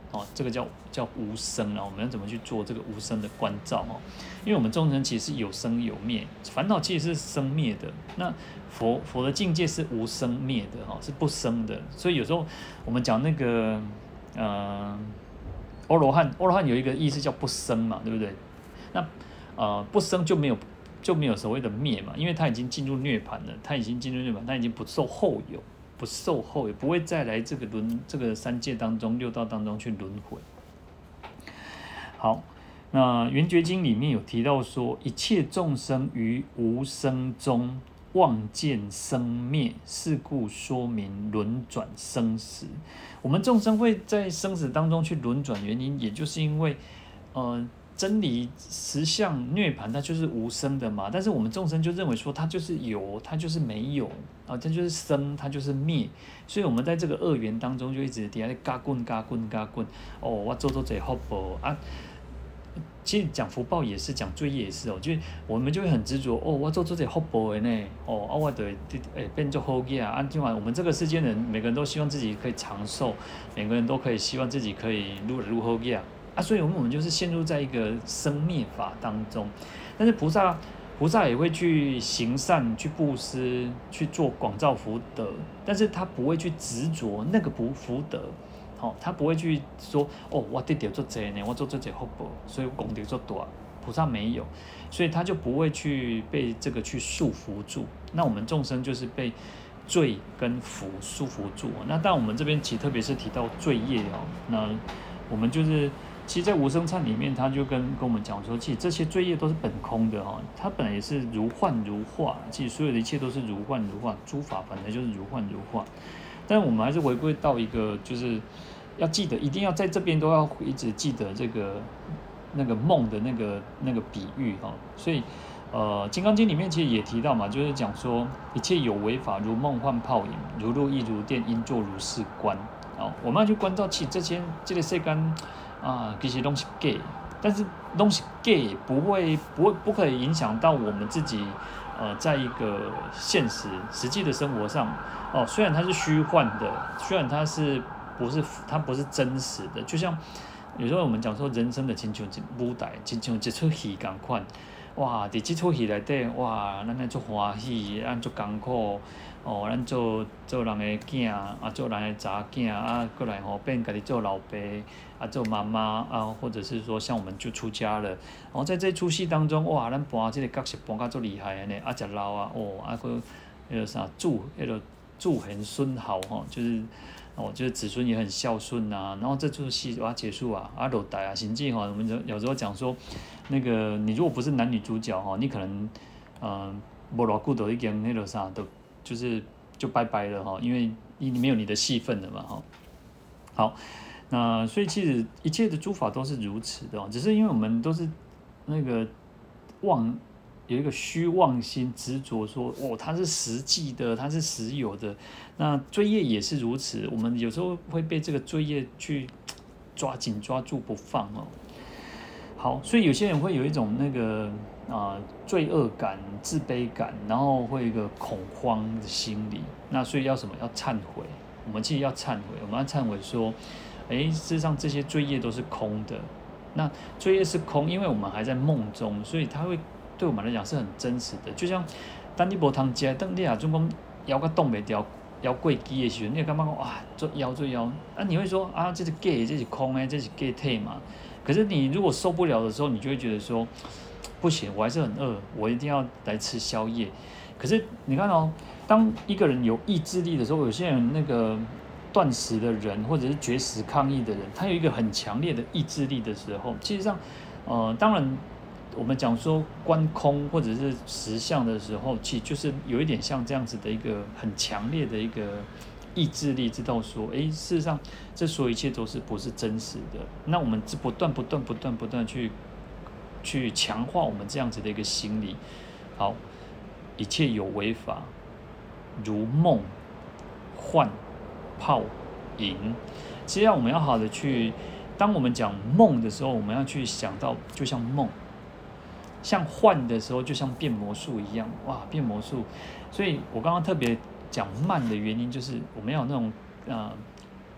哦，这个叫叫无生啊，我们要怎么去做这个无生的关照哦？因为我们众生其实是有生有灭，烦恼其实是生灭的，那佛佛的境界是无生灭的哈，是不生的，所以有时候我们讲那个呃，欧罗汉，欧罗汉有一个意思叫不生嘛，对不对？那呃不生就没有就没有所谓的灭嘛，因为他已经进入涅槃了，他已经进入涅槃，他已经不受后有。不受后也不会再来这个轮这个三界当中六道当中去轮回。好，那《圆觉经》里面有提到说，一切众生于无生中望见生灭，是故说明轮转生死。我们众生会在生死当中去轮转，原因也就是因为，呃。真理实相涅槃，它就是无生的嘛。但是我们众生就认为说，它就是有，它就是没有啊，它就是生，它就是灭。所以我们在这个二元当中，就一直底下在嘎棍嘎棍嘎棍。哦，我做做这福报啊。其实讲福报也是，讲罪业也是哦。就我们就会很执着哦，我做做这福报的呢，哦，啊，我得诶变做好嘢啊。今晚我们这个世间人，每个人都希望自己可以长寿，每个人都可以希望自己可以如如好嘢啊。啊，所以我们我们就是陷入在一个生灭法当中，但是菩萨菩萨也会去行善、去布施、去做广造福德，但是他不会去执着那个福福德，好、哦，他不会去说哦，我得到做这呢，我做这这福报，所以功德做大，菩萨没有，所以他就不会去被这个去束缚住。那我们众生就是被罪跟福束缚住。那但我们这边其实特别是提到罪业哦，那我们就是。其实，在无生忏里面，他就跟跟我们讲说，其实这些罪业都是本空的哈，它本来也是如幻如化，其实所有的一切都是如幻如化，诸法本来就是如幻如化。但我们还是回归到一个，就是要记得，一定要在这边都要一直记得这个那个梦的那个那个比喻哈。所以，呃，《金刚经》里面其实也提到嘛，就是讲说，一切有为法，如梦幻泡影，如露亦如电，应作如是观。哦，我们要去关照起这些这个世间。啊，其实都是假，但是都是假，不会不会不可以影响到我们自己，呃，在一个现实实际的生活上，哦，虽然它是虚幻的，虽然它是不是它不是真实的，就像有时候我们讲说人生的亲像一舞台，亲像一出戏同款，哇，伫这出戏内底，哇，咱来做欢喜，咱做艰苦。哦，咱做做人的囝，啊，做人的查囝，啊，过来吼变家己做老爸，啊，做妈妈，啊，或者是说像我们就出家了，然后在这出戏当中，哇，咱搬这个角色搬甲足厉害安尼，啊，食老啊，哦，啊，个迄个啥祝，迄个祝恒孙好吼，就是哦，就是子孙也很孝顺啊，然后这出戏哇结束啊，啊落台啊，甚至吼，我们有时候讲说，那个你如果不是男女主角吼，你可能嗯，无偌久就已经迄个啥都。就是就拜拜了哈，因为你没有你的戏份了嘛哈。好，那所以其实一切的诸法都是如此的，只是因为我们都是那个妄有一个虚妄心执着说哦，它是实际的，它是实有的。那罪业也是如此，我们有时候会被这个罪业去抓紧抓住不放哦。好，所以有些人会有一种那个啊、呃、罪恶感、自卑感，然后会有一个恐慌的心理。那所以要什么？要忏悔。我们其实要忏悔，我们要忏悔说，哎，事实上这些罪业都是空的。那罪业是空，因为我们还在梦中，所以它会对我们来讲是很真实的。就像当你无通食，当你啊总讲腰个动袂掉，腰过肌的时候，你会感觉讲哇，做腰做腰，啊你会说啊这是假的，这是空的，这是假体嘛。可是你如果受不了的时候，你就会觉得说，不行，我还是很饿，我一定要来吃宵夜。可是你看哦，当一个人有意志力的时候，有些人那个断食的人，或者是绝食抗议的人，他有一个很强烈的意志力的时候，其实上，呃，当然我们讲说观空或者是实相的时候，其实就是有一点像这样子的一个很强烈的一个。意志力知道说，哎，事实上，这所有一切都是不是真实的。那我们不断、不断、不断、不断去去强化我们这样子的一个心理。好，一切有为法，如梦、幻、泡、影。实际上，我们要好的去，当我们讲梦的时候，我们要去想到，就像梦；像幻的时候，就像变魔术一样。哇，变魔术！所以我刚刚特别。讲慢的原因就是我们要有那种呃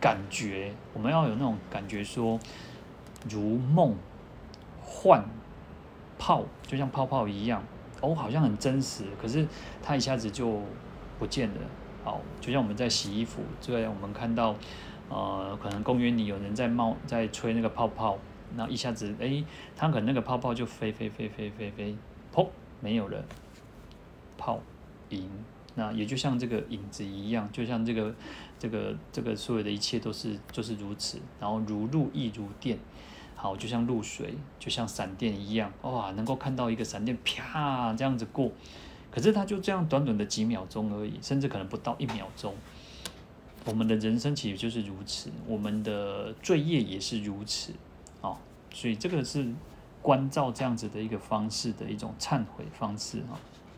感觉，我们要有那种感觉说，如梦幻泡，就像泡泡一样，哦，好像很真实，可是它一下子就不见了。好，就像我们在洗衣服，对，我们看到，呃，可能公园里有人在冒，在吹那个泡泡，然后一下子，哎，它可能那个泡泡就飞飞飞飞飞飞，砰，没有了，泡影。那也就像这个影子一样，就像这个这个这个所有的一切都是就是如此，然后如露亦如电，好，就像露水，就像闪电一样，哇，能够看到一个闪电啪这样子过，可是它就这样短短的几秒钟而已，甚至可能不到一秒钟。我们的人生其实就是如此，我们的罪业也是如此，哦，所以这个是关照这样子的一个方式的一种忏悔方式哈。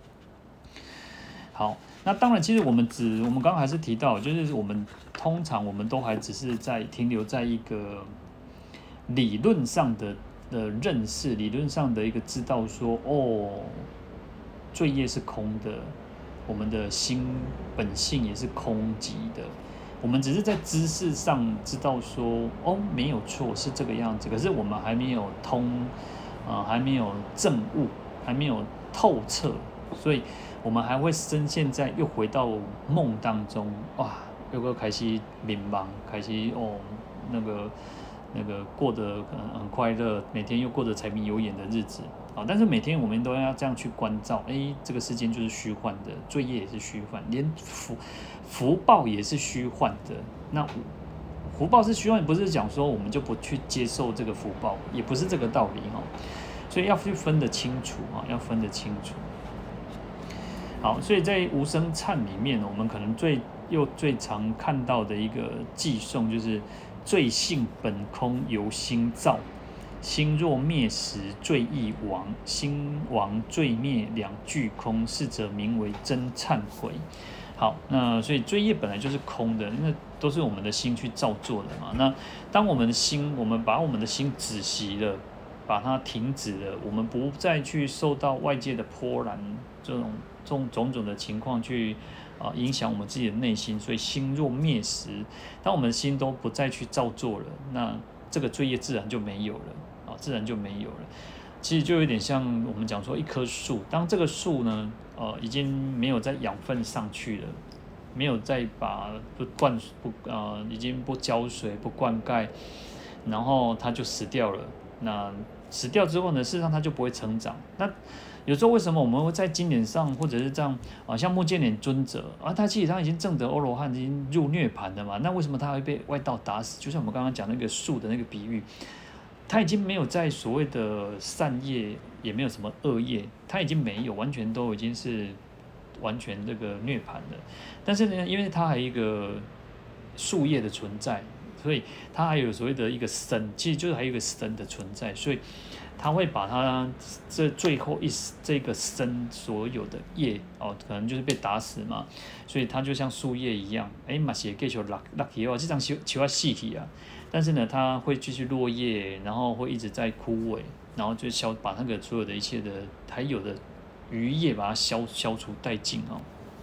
好，那当然，其实我们只我们刚刚还是提到，就是我们通常我们都还只是在停留在一个理论上的的认识，理论上的一个知道说，哦，罪业是空的，我们的心本性也是空寂的。我们只是在知识上知道说，哦，没有错，是这个样子。可是我们还没有通，呃，还没有证悟，还没有透彻，所以我们还会深陷在又回到梦当中，哇，又个开始迷茫，开始哦，那个那个过得很很快乐，每天又过着柴米油盐的日子。啊，但是每天我们都要这样去关照，哎，这个世间就是虚幻的，罪业也是虚幻，连福福报也是虚幻的。那福报是虚幻，不是讲说我们就不去接受这个福报，也不是这个道理哈。所以要去分得清楚啊，要分得清楚。好，所以在无生忏里面，我们可能最又最常看到的一个偈颂，就是罪性本空，由心造。心若灭时，罪亦亡；心亡罪灭，两俱空。是者名为真忏悔。好，那所以罪业本来就是空的，那都是我们的心去造作的嘛。那当我们的心，我们把我们的心止息了，把它停止了，我们不再去受到外界的波澜，这种这种种种的情况去啊、呃、影响我们自己的内心。所以心若灭时，当我们的心都不再去造作了，那这个罪业自然就没有了。啊，自然就没有了。其实就有点像我们讲说一棵树，当这个树呢，呃，已经没有再养分上去了，没有再把不灌不呃，已经不浇水不灌溉，然后它就死掉了。那死掉之后呢，事实上它就不会成长。那有时候为什么我们会在经典上或者是这样啊，像目犍连尊者啊，他其实他已经证得阿罗汉，已经入涅槃了嘛，那为什么他会被外道打死？就像我们刚刚讲那个树的那个比喻。他已经没有在所谓的善业，也没有什么恶业，他已经没有，完全都已经是完全这个涅槃了。但是呢，因为他还有一个树叶的存在，所以他还有所谓的一个生，其实就是还有一个生的存在，所以他会把他这最后一这个生所有的叶哦，可能就是被打死嘛，所以他就像树叶一样，哎，嘛是继续落落去哦，这张树树要死去啊。但是呢，它会继续落叶，然后会一直在枯萎，然后就消把那个所有的一切的还有的余叶把它消消除殆尽哦。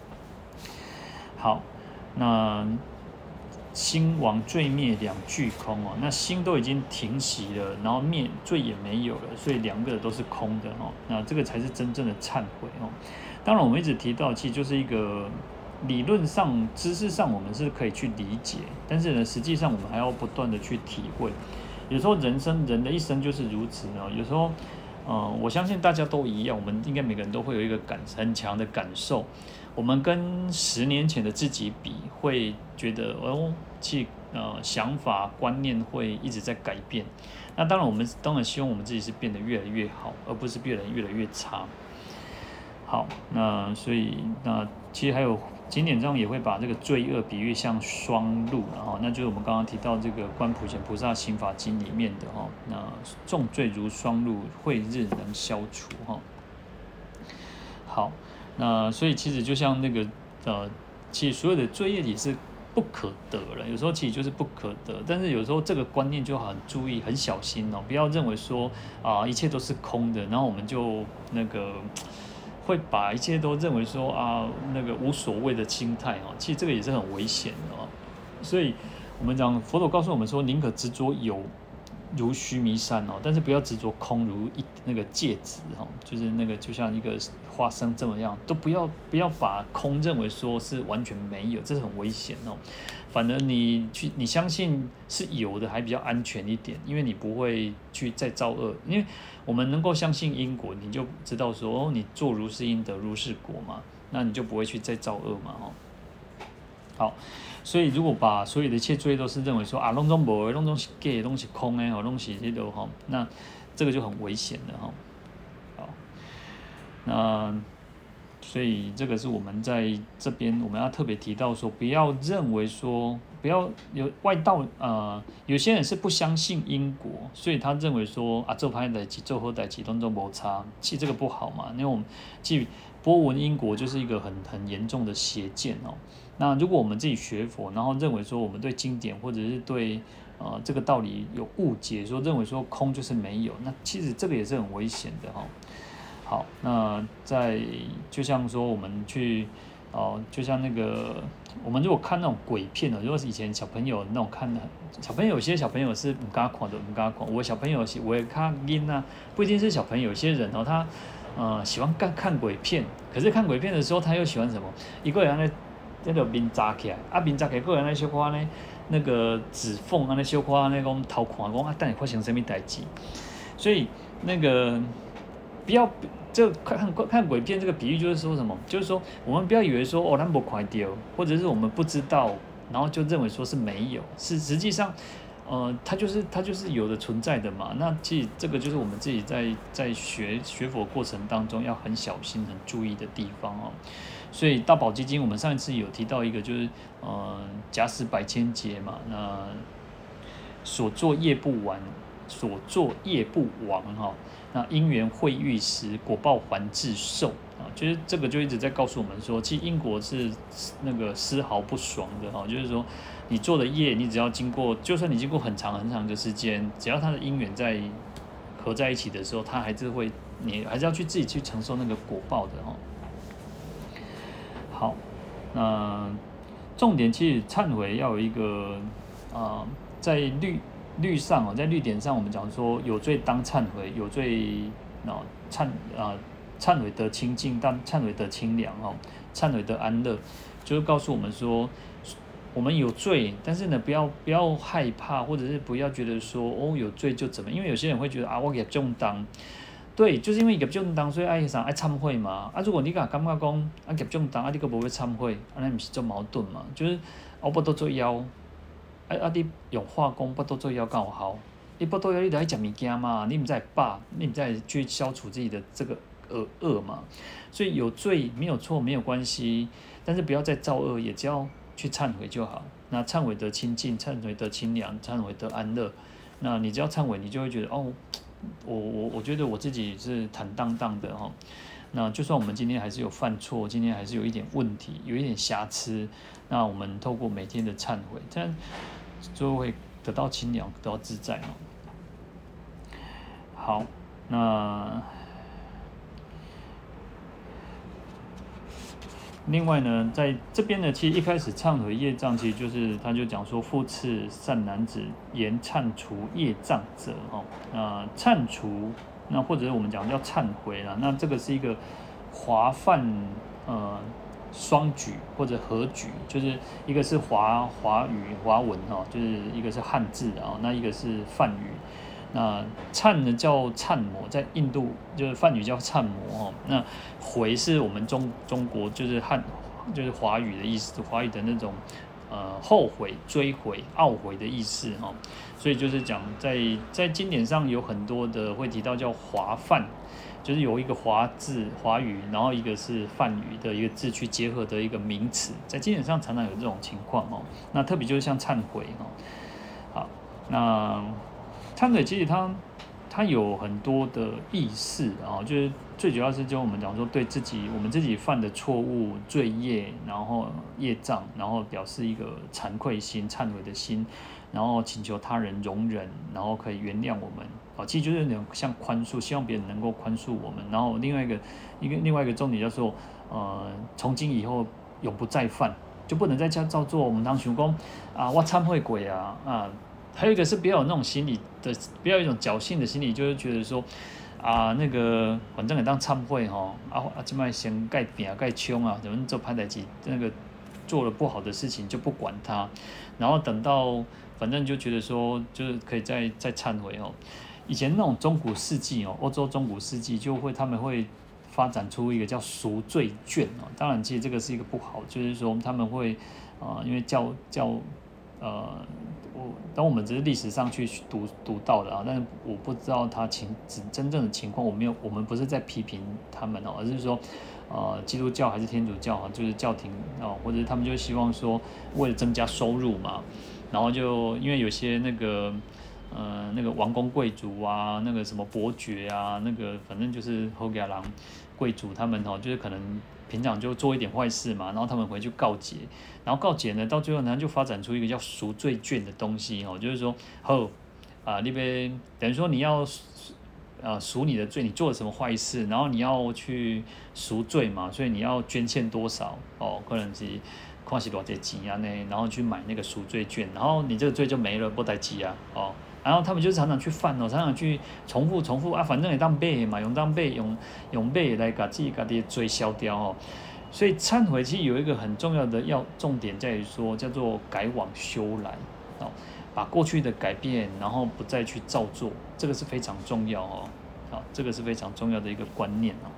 好，那心亡罪灭两俱空哦，那心都已经停息了，然后灭罪也没有了，所以两个都是空的哦。那这个才是真正的忏悔哦。当然，我们一直提到，其实就是一个。理论上、知识上，我们是可以去理解，但是呢，实际上我们还要不断的去体会。有时候人生人的一生就是如此呢。有时候，呃，我相信大家都一样，我们应该每个人都会有一个感很强的感受。我们跟十年前的自己比，会觉得哦，其呃想法观念会一直在改变。那当然，我们当然希望我们自己是变得越来越好，而不是变得越来越差。好，那所以那其实还有经典上也会把这个罪恶比喻像霜露，然后那就是我们刚刚提到这个《观普贤菩萨行法经》里面的哈，那重罪如霜露，慧日能消除哈。好，那所以其实就像那个呃，其实所有的罪业也是不可得了，有时候其实就是不可得，但是有时候这个观念就很注意、很小心哦，不要认为说啊、呃、一切都是空的，然后我们就那个。会把一切都认为说啊那个无所谓的心态哦，其实这个也是很危险的哦。所以我们讲佛陀告诉我们说，宁可执着有如须弥山哦，但是不要执着空如一那个芥子哦，就是那个就像一个花生这么样，都不要不要把空认为说是完全没有，这是很危险哦。反而你去你相信是有的，还比较安全一点，因为你不会去再造恶。因为我们能够相信因果，你就知道说哦，你做如是因得如是果嘛，那你就不会去再造恶嘛哦。好。所以，如果把所有的一切罪都是认为说啊，拢总无的，拢总是假的，拢是空的，吼，拢是这个吼，那这个就很危险的哈。好，那所以这个是我们在这边我们要特别提到说，不要认为说，不要有外道呃，有些人是不相信因果，所以他认为说啊，做歹代志、做好代志拢总无差，其实这个不好嘛，因为我们其实波纹因果就是一个很很严重的邪见哦。那如果我们自己学佛，然后认为说我们对经典或者是对呃这个道理有误解，说认为说空就是没有，那其实这个也是很危险的哈、哦。好，那在就像说我们去哦、呃，就像那个我们如果看那种鬼片哦，如果是以前小朋友那种看的，小朋友有些小朋友是唔敢看的，唔敢看。我小朋友是我也看囡啊，不一定是小朋友，有些人哦他呃喜欢看看鬼片，可是看鬼片的时候他又喜欢什么？一个人呢？那个面扎起来，啊面扎起来，个人那小可呢，那个指缝啊，那小可那讲偷看，讲啊，等下发生什么代志？所以那个不要这看看鬼片这个比喻就是说什么？就是说我们不要以为说哦，咱没看到，或者是我们不知道，然后就认为说是没有，是实际上。呃，它就是它就是有的存在的嘛。那其实这个就是我们自己在在学学佛过程当中要很小心、很注意的地方哦。所以大宝基金，我们上一次有提到一个，就是呃，假使百千劫嘛，那所作业不完，所作业不亡哈、哦。那因缘会遇时，果报还自受啊，就是这个就一直在告诉我们说，其实因果是那个丝毫不爽的哈、哦，就是说。你做的业，你只要经过，就算你经过很长很长的时间，只要它的因缘在合在一起的时候，它还是会，你还是要去自己去承受那个果报的哦。好，那重点其实忏悔要有一个啊、呃，在律律上哦，在律典上我们讲说有罪当忏悔，有罪啊忏啊忏悔得清净，但忏悔得清凉哦，忏悔得安乐，就是告诉我们说。我们有罪，但是呢，不要不要害怕，或者是不要觉得说哦有罪就怎么，因为有些人会觉得啊我业重当，对，就是因为业重当，所以爱啥爱忏悔嘛。啊，如果你讲感觉讲啊业重当，啊你个无要忏悔，啊那不是做矛盾嘛？就是我不都做妖，啊啊你用化工不都做妖刚好，你不都妖你得爱食物件嘛，你唔在罢，你唔在去消除自己的这个恶恶嘛。所以有罪没有错没有关系，但是不要再造恶，也只要。去忏悔就好，那忏悔得清净，忏悔得清凉，忏悔得安乐。那你只要忏悔，你就会觉得哦，我我我觉得我自己是坦荡荡的哈、哦。那就算我们今天还是有犯错，今天还是有一点问题，有一点瑕疵，那我们透过每天的忏悔，这样就会得到清凉，得到自在哦。好，那。另外呢，在这边呢，其实一开始忏悔业障，其实就是他就讲说，复次善男子言忏除业障者，哦，那忏除，那或者是我们讲叫忏悔啦，那这个是一个华梵呃双举或者合举，就是一个是华华语华文哈，就是一个是汉字啊，那一个是梵语。那忏呢叫忏摩，在印度就是梵语叫忏摩哦。那悔是我们中中国就是汉就是华语的意思，华语的那种呃后悔、追悔、懊悔的意思哈、哦。所以就是讲在在经典上有很多的会提到叫华梵，就是有一个华字华语，然后一个是梵语的一个字去结合的一个名词，在经典上常常有这种情况哦。那特别就是像忏悔哦。好，那。忏悔其实它它有很多的意思啊，就是最主要是就我们讲说对自己我们自己犯的错误罪业，然后业障，然后表示一个惭愧心、忏悔的心，然后请求他人容忍，然后可以原谅我们啊，其实就是那种像宽恕，希望别人能够宽恕我们。然后另外一个一个另外一个重点叫做呃，从今以后永不再犯。 就不能再叫照做。我们当想讲啊，我忏悔过啊啊，还有一个是不要有那种心理的，不要有一种侥幸的心理，就是觉得说啊，那个反正也当忏悔吼，啊啊，即摆先盖拼盖冲啊，咱们做歹代志，那个做了不好的事情就不管它，然后等到反正就觉得说就是可以再再忏悔哦。以前那种中古世纪哦，欧洲中古世纪就会他们会发展出一个叫赎罪券哦。当然，其实这个是一个不好，就是说他们会啊、呃，因为教教呃，我当我们只是历史上去读读到的啊，但是我不知道他情真正的情况，我没有，我们不是在批评他们哦，而是说呃，基督教还是天主教啊，就是教廷哦，或者他们就希望说为了增加收入嘛，然后就因为有些那个。呃，那个王公贵族啊，那个什么伯爵啊，那个反正就是后家郎贵族他们哦，就是可能平常就做一点坏事嘛，然后他们回去告解，然后告解呢，到最后呢就发展出一个叫赎罪券的东西哦，就是说，好啊，那边等于说你要呃赎你的罪，你做了什么坏事，然后你要去赎罪嘛，所以你要捐献多少哦，可能是。看是多少钱啊呢？然后去买那个赎罪券，然后你这个罪就没了，不代记啊哦。然后他们就常常去犯哦，常常去重复重复啊，反正也当背嘛，用当背用用背来把自己家己的罪消掉哦。所以忏悔其实有一个很重要的要重点在于说，叫做改往修来哦，把过去的改变，然后不再去照做，这个是非常重要哦。好，这个是非常重要的一个观念哦。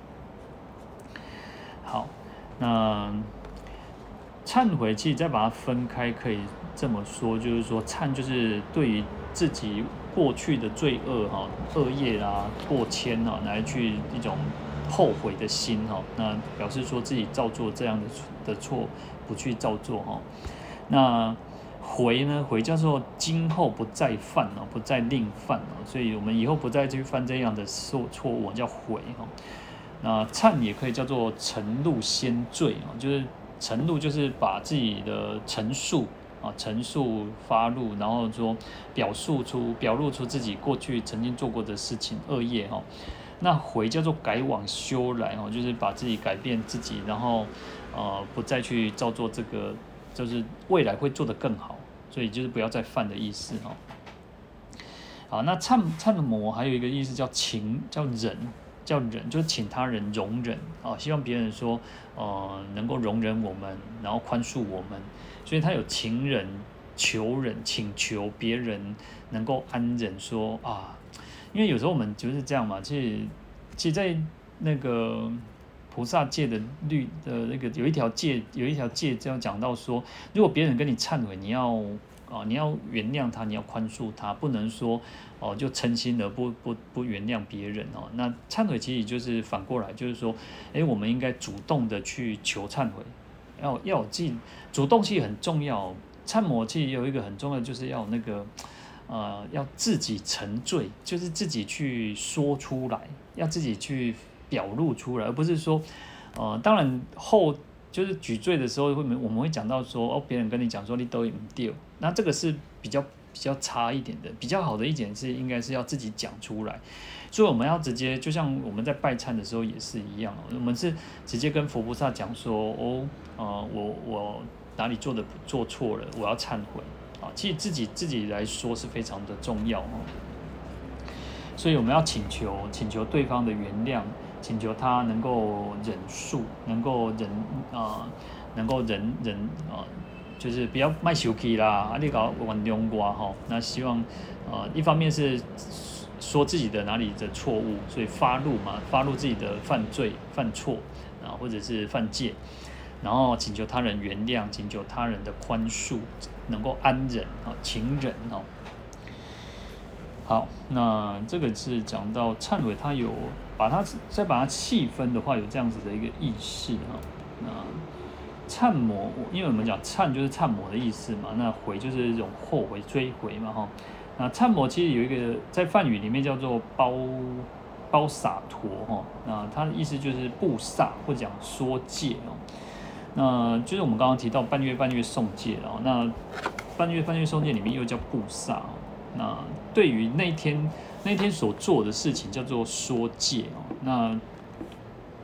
好，那。忏悔其实再把它分开，可以这么说，就是说忏就是对于自己过去的罪恶哈、恶业啊、过愆啊，来去一种后悔的心哈，那表示说自己照做这样的的错，不去照做哈。那悔呢？悔叫做今后不再犯哦，不再另犯哦，所以我们以后不再去犯这样的错错误，叫悔哈。那忏也可以叫做承露先罪哦，就是。陈露就是把自己的陈述啊，陈述发露，然后说表述出、表露出自己过去曾经做过的事情恶业哈。那悔叫做改往修来哦，就是把自己改变自己，然后呃不再去照做这个，就是未来会做得更好，所以就是不要再犯的意思哈。好，那忏忏魔还有一个意思叫情，叫忍。叫忍，就是请他人容忍啊，希望别人说，呃，能够容忍我们，然后宽恕我们，所以他有情忍、求忍，请求别人能够安忍说啊，因为有时候我们就是这样嘛，其实，其实，在那个菩萨戒的律的那个有一条戒，有一条戒这样讲到说，如果别人跟你忏悔，你要。哦，你要原谅他，你要宽恕他，不能说哦就嗔心而不不不原谅别人哦。那忏悔其实就是反过来，就是说，哎，我们应该主动的去求忏悔，要要有自主动其实很重要。忏魔其实有一个很重要的，就是要那个呃要自己承罪，就是自己去说出来，要自己去表露出来，而不是说呃当然后。就是举罪的时候，会我们会讲到说，哦，别人跟你讲说你都不对，那这个是比较比较差一点的，比较好的一点是应该是要自己讲出来，所以我们要直接，就像我们在拜忏的时候也是一样，我们是直接跟佛菩萨讲说，哦，呃，我我哪里做的做错了，我要忏悔啊，其实自己自己来说是非常的重要哦，所以我们要请求请求对方的原谅。请求他能够忍术，能够忍啊、呃，能够忍忍啊、呃，就是不要卖生气啦，啊，你搞原谅我哈。那希望呃，一方面是说自己的哪里的错误，所以发怒嘛，发怒自己的犯罪、犯错啊，或者是犯戒，然后请求他人原谅，请求他人的宽恕，能够安忍啊，请忍哦。好，那这个是讲到忏悔，它有把它再把它细分的话，有这样子的一个意识哈。那忏魔，因为我们讲忏就是忏魔的意思嘛，那悔就是一种后悔、追悔嘛哈。那忏魔其实有一个在梵语里面叫做包包洒陀哈，那它的意思就是布萨或者讲说戒哦。那就是我们刚刚提到半月半月诵戒哦，那半月半月诵戒里面又叫布萨哦。那对于那天那天所做的事情叫做说戒哦，那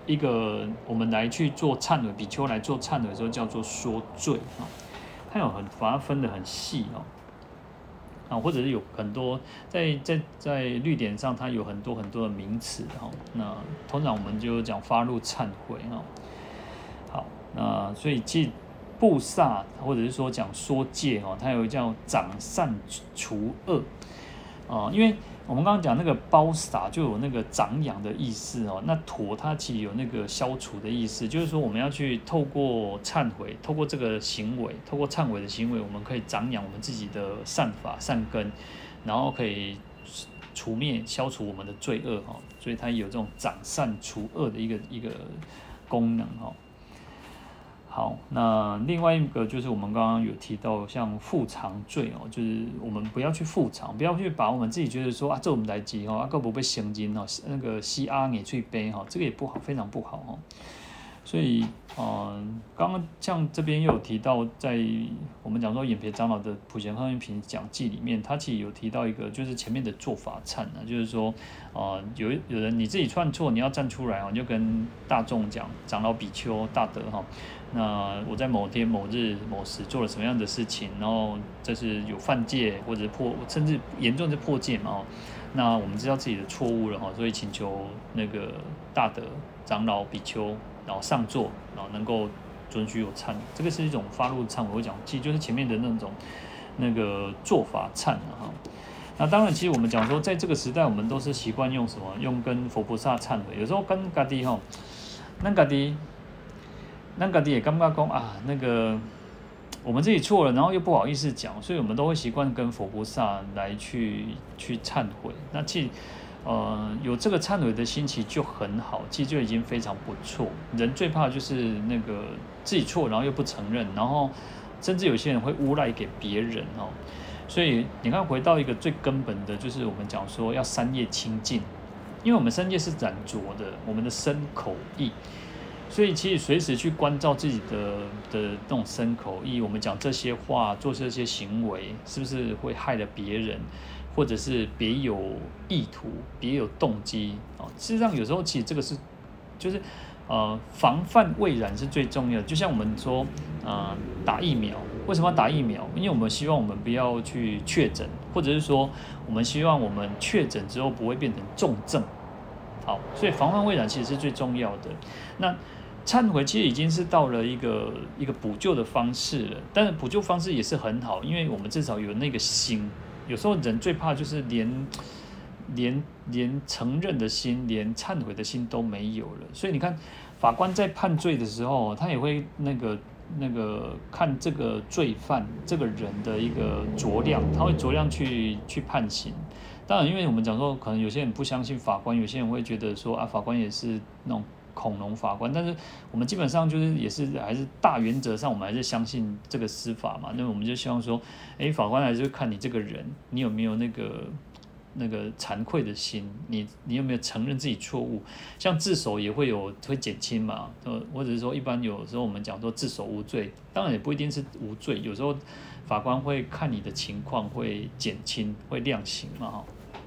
一个我们来去做忏悔，比丘来做忏悔的时候叫做说罪哈，它有很把它分得很细哦。啊，或者是有很多在在在律典上，它有很多很多的名词哈。那通常我们就讲发怒忏悔哈。好，那所以其实布萨或者是说讲说戒哈，它有叫长善除恶啊，因为我们刚刚讲那个包撒就有那个长养的意思哦，那妥它其实有那个消除的意思，就是说我们要去透过忏悔，透过这个行为，透过忏悔的行为，我们可以长养我们自己的善法善根，然后可以除灭消除我们的罪恶哈，所以它有这种长善除恶的一个一个功能哈。好，那另外一个就是我们刚刚有提到，像复偿罪哦，就是我们不要去复偿，不要去把我们自己觉得说啊，这我们来急哈，啊个不被刑金哈，那个西阿也去背哈，这个也不好，非常不好哈。所以，嗯，刚刚像这边又有提到，在我们讲说演培长老的《普贤行愿品讲记》里面，他其实有提到一个，就是前面的做法忏呢，就是说，呃，有有人你自己犯错，你要站出来哦，你就跟大众讲，长老比丘大德哈，那我在某天某日某时做了什么样的事情，然后这是有犯戒或者破，甚至严重的破戒嘛哦，那我们知道自己的错误了哈，所以请求那个大德长老比丘。然后上座，然后能够准许我忏，这个是一种发怒忏悔。我讲，其实就是前面的那种那个做法忏哈。那当然，其实我们讲说，在这个时代，我们都是习惯用什么？用跟佛菩萨忏悔。有时候跟家己吼，咱家己，咱家己也感觉讲啊，那个我们自己错了，然后又不好意思讲，所以我们都会习惯跟佛菩萨来去去忏悔。那其实。呃，有这个忏悔的心其实就很好，其实就已经非常不错。人最怕就是那个自己错，然后又不承认，然后甚至有些人会诬赖给别人哦。所以你看，回到一个最根本的，就是我们讲说要三业清净，因为我们三业是染浊的，我们的身口意，所以其实随时去关照自己的的那种身口意，我们讲这些话、做这些行为，是不是会害了别人？或者是别有意图、别有动机啊，事实上有时候其实这个是，就是呃防范未然是最重要的。就像我们说，呃打疫苗，为什么要打疫苗？因为我们希望我们不要去确诊，或者是说我们希望我们确诊之后不会变成重症。好，所以防范未然其实是最重要的。那忏悔其实已经是到了一个一个补救的方式了，但是补救方式也是很好，因为我们至少有那个心。有时候人最怕就是连连连承认的心，连忏悔的心都没有了。所以你看，法官在判罪的时候，他也会那个那个看这个罪犯这个人的一个酌量，他会酌量去去判刑。当然，因为我们讲说，可能有些人不相信法官，有些人会觉得说啊，法官也是那种恐龙法官，但是我们基本上就是也是还是大原则上，我们还是相信这个司法嘛。那我们就希望说，哎，法官还是看你这个人，你有没有那个那个惭愧的心，你你有没有承认自己错误？像自首也会有会减轻嘛，呃，或者是说一般有时候我们讲说自首无罪，当然也不一定是无罪，有时候法官会看你的情况会减轻，会量刑嘛哈。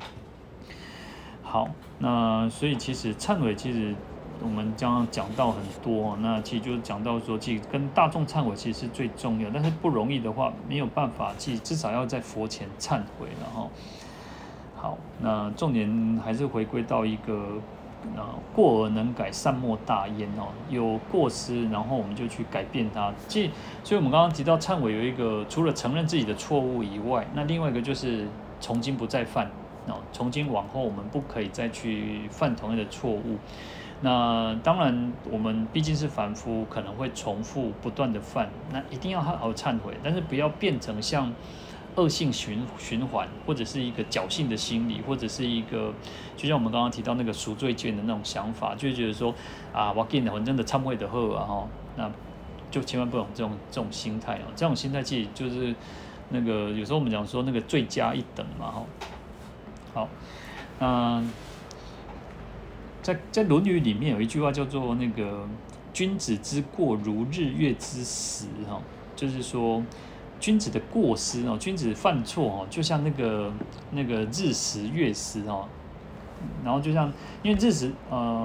好，那所以其实忏悔其实。我们刚刚讲到很多，那其实就是讲到说，其实跟大众忏悔其实是最重要，但是不容易的话，没有办法，其实至少要在佛前忏悔了哈。好，那重点还是回归到一个，呃，过而能改，善莫大焉哦。有过失，然后我们就去改变它。即所以，我们刚刚提到忏悔有一个，除了承认自己的错误以外，那另外一个就是从今不再犯哦。从今往后，我们不可以再去犯同样的错误。那当然，我们毕竟是凡夫，可能会重复不断的犯，那一定要好好忏悔，但是不要变成像恶性循循环，或者是一个侥幸的心理，或者是一个就像我们刚刚提到那个赎罪券的那种想法，就觉得说啊，我跟反正的忏悔的好啊哈，那就千万不能这种这种心态哦，这种心态其实就是那个有时候我们讲说那个罪加一等嘛哈。好，那。在在《论语》里面有一句话叫做那个君子之过如日月之食哈，就是说君子的过失哦，君子犯错哦，就像那个那个日食月食哦，然后就像因为日食呃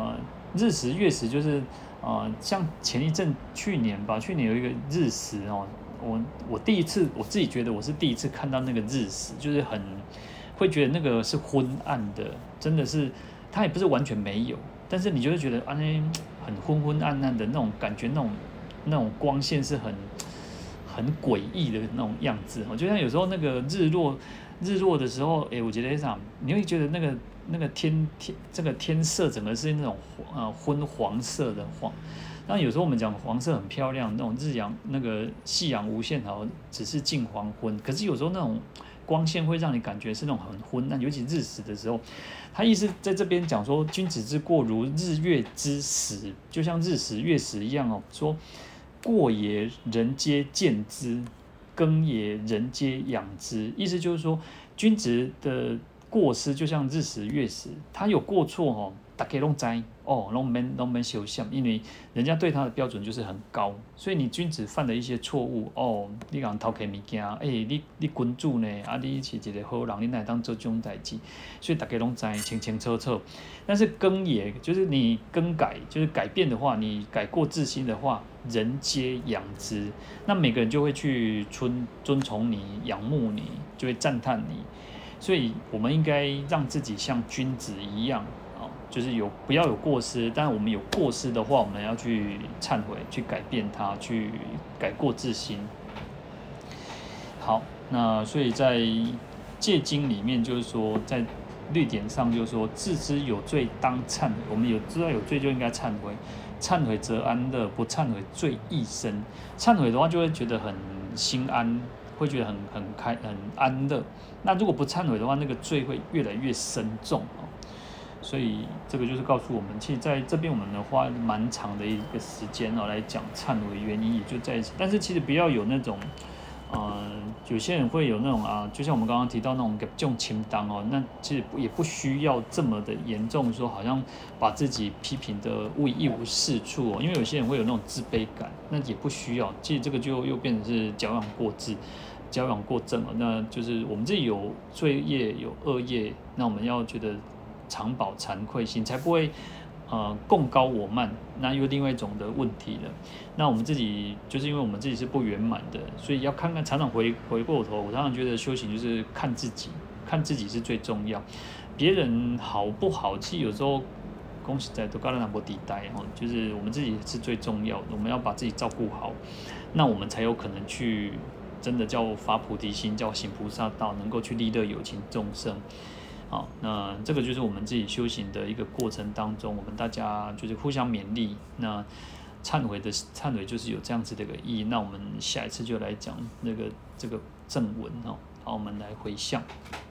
日食月食就是呃，像前一阵去年吧，去年有一个日食哦，我我第一次我自己觉得我是第一次看到那个日食，就是很会觉得那个是昏暗的，真的是它也不是完全没有，但是你就会觉得啊那很昏昏暗暗的那种感觉，那种那种光线是很很诡异的那种样子哦，就像有时候那个日落日落的时候，哎，我觉得场你会觉得那个那个天天这个天色整个是那种呃昏黄色的黄。那有时候我们讲黄色很漂亮，那种日阳那个夕阳无限好，只是近黄昏。可是有时候那种光线会让你感觉是那种很昏暗，尤其日食的时候。他意思在这边讲说，君子之过如日月之食，就像日食月食一样哦。说过也人皆见之，耕也人皆养之。意思就是说，君子的过失就像日食月食，他有过错哦，大家都知哦，都没都没修想，因为人家对他的标准就是很高，所以你君子犯的一些错误哦，你讲偷吃物件，哎、欸，你你君主呢，啊，你是一个好人，你哪当做这种代志，所以大家都知清清楚楚。但是更也就是你更改，就是改变的话，你改过自新的话，人皆养之，那每个人就会去尊尊崇你、仰慕你，就会赞叹你。所以我们应该让自己像君子一样，哦，就是有不要有过失，但我们有过失的话，我们要去忏悔，去改变它，去改过自新。好，那所以在戒经里面就是说，在律典上就是说，自知有罪当忏悔，我们有知道有罪就应该忏悔，忏悔则安乐，不忏悔罪亦生。忏悔的话就会觉得很心安，会觉得很很开很安乐。那如果不忏悔的话，那个罪会越来越深重哦。所以这个就是告诉我们，其实在这边我们呢花蛮长的一个时间哦来讲忏悔原因，也就在，但是其实不要有那种，呃，有些人会有那种啊，就像我们刚刚提到那种这种情当哦，那其实也不需要这么的严重，说好像把自己批评的一无是处哦，因为有些人会有那种自卑感，那也不需要，其实这个就又变成是矫枉过正。矫枉过正了，那就是我们自己有罪业有恶业，那我们要觉得常保惭愧心，才不会呃共高我慢，那又另外一种的问题了。那我们自己就是因为我们自己是不圆满的，所以要看看常常回回过头，我常常觉得修行就是看自己，看自己是最重要。别人好不好，其实有时候恭喜在都高人拿波底带哦，就是我们自己是最重要的，我们要把自己照顾好，那我们才有可能去。真的叫发菩提心，叫行菩萨道，能够去利乐有情众生。好，那这个就是我们自己修行的一个过程当中，我们大家就是互相勉励。那忏悔的忏悔就是有这样子的一个意义。那我们下一次就来讲那个这个正文哦。好，我们来回向，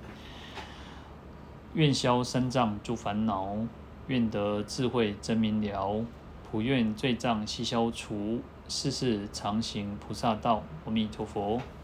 愿消三障诸烦恼，愿得智慧真明了，普愿罪障悉消除。世世常行菩萨道，阿弥陀佛。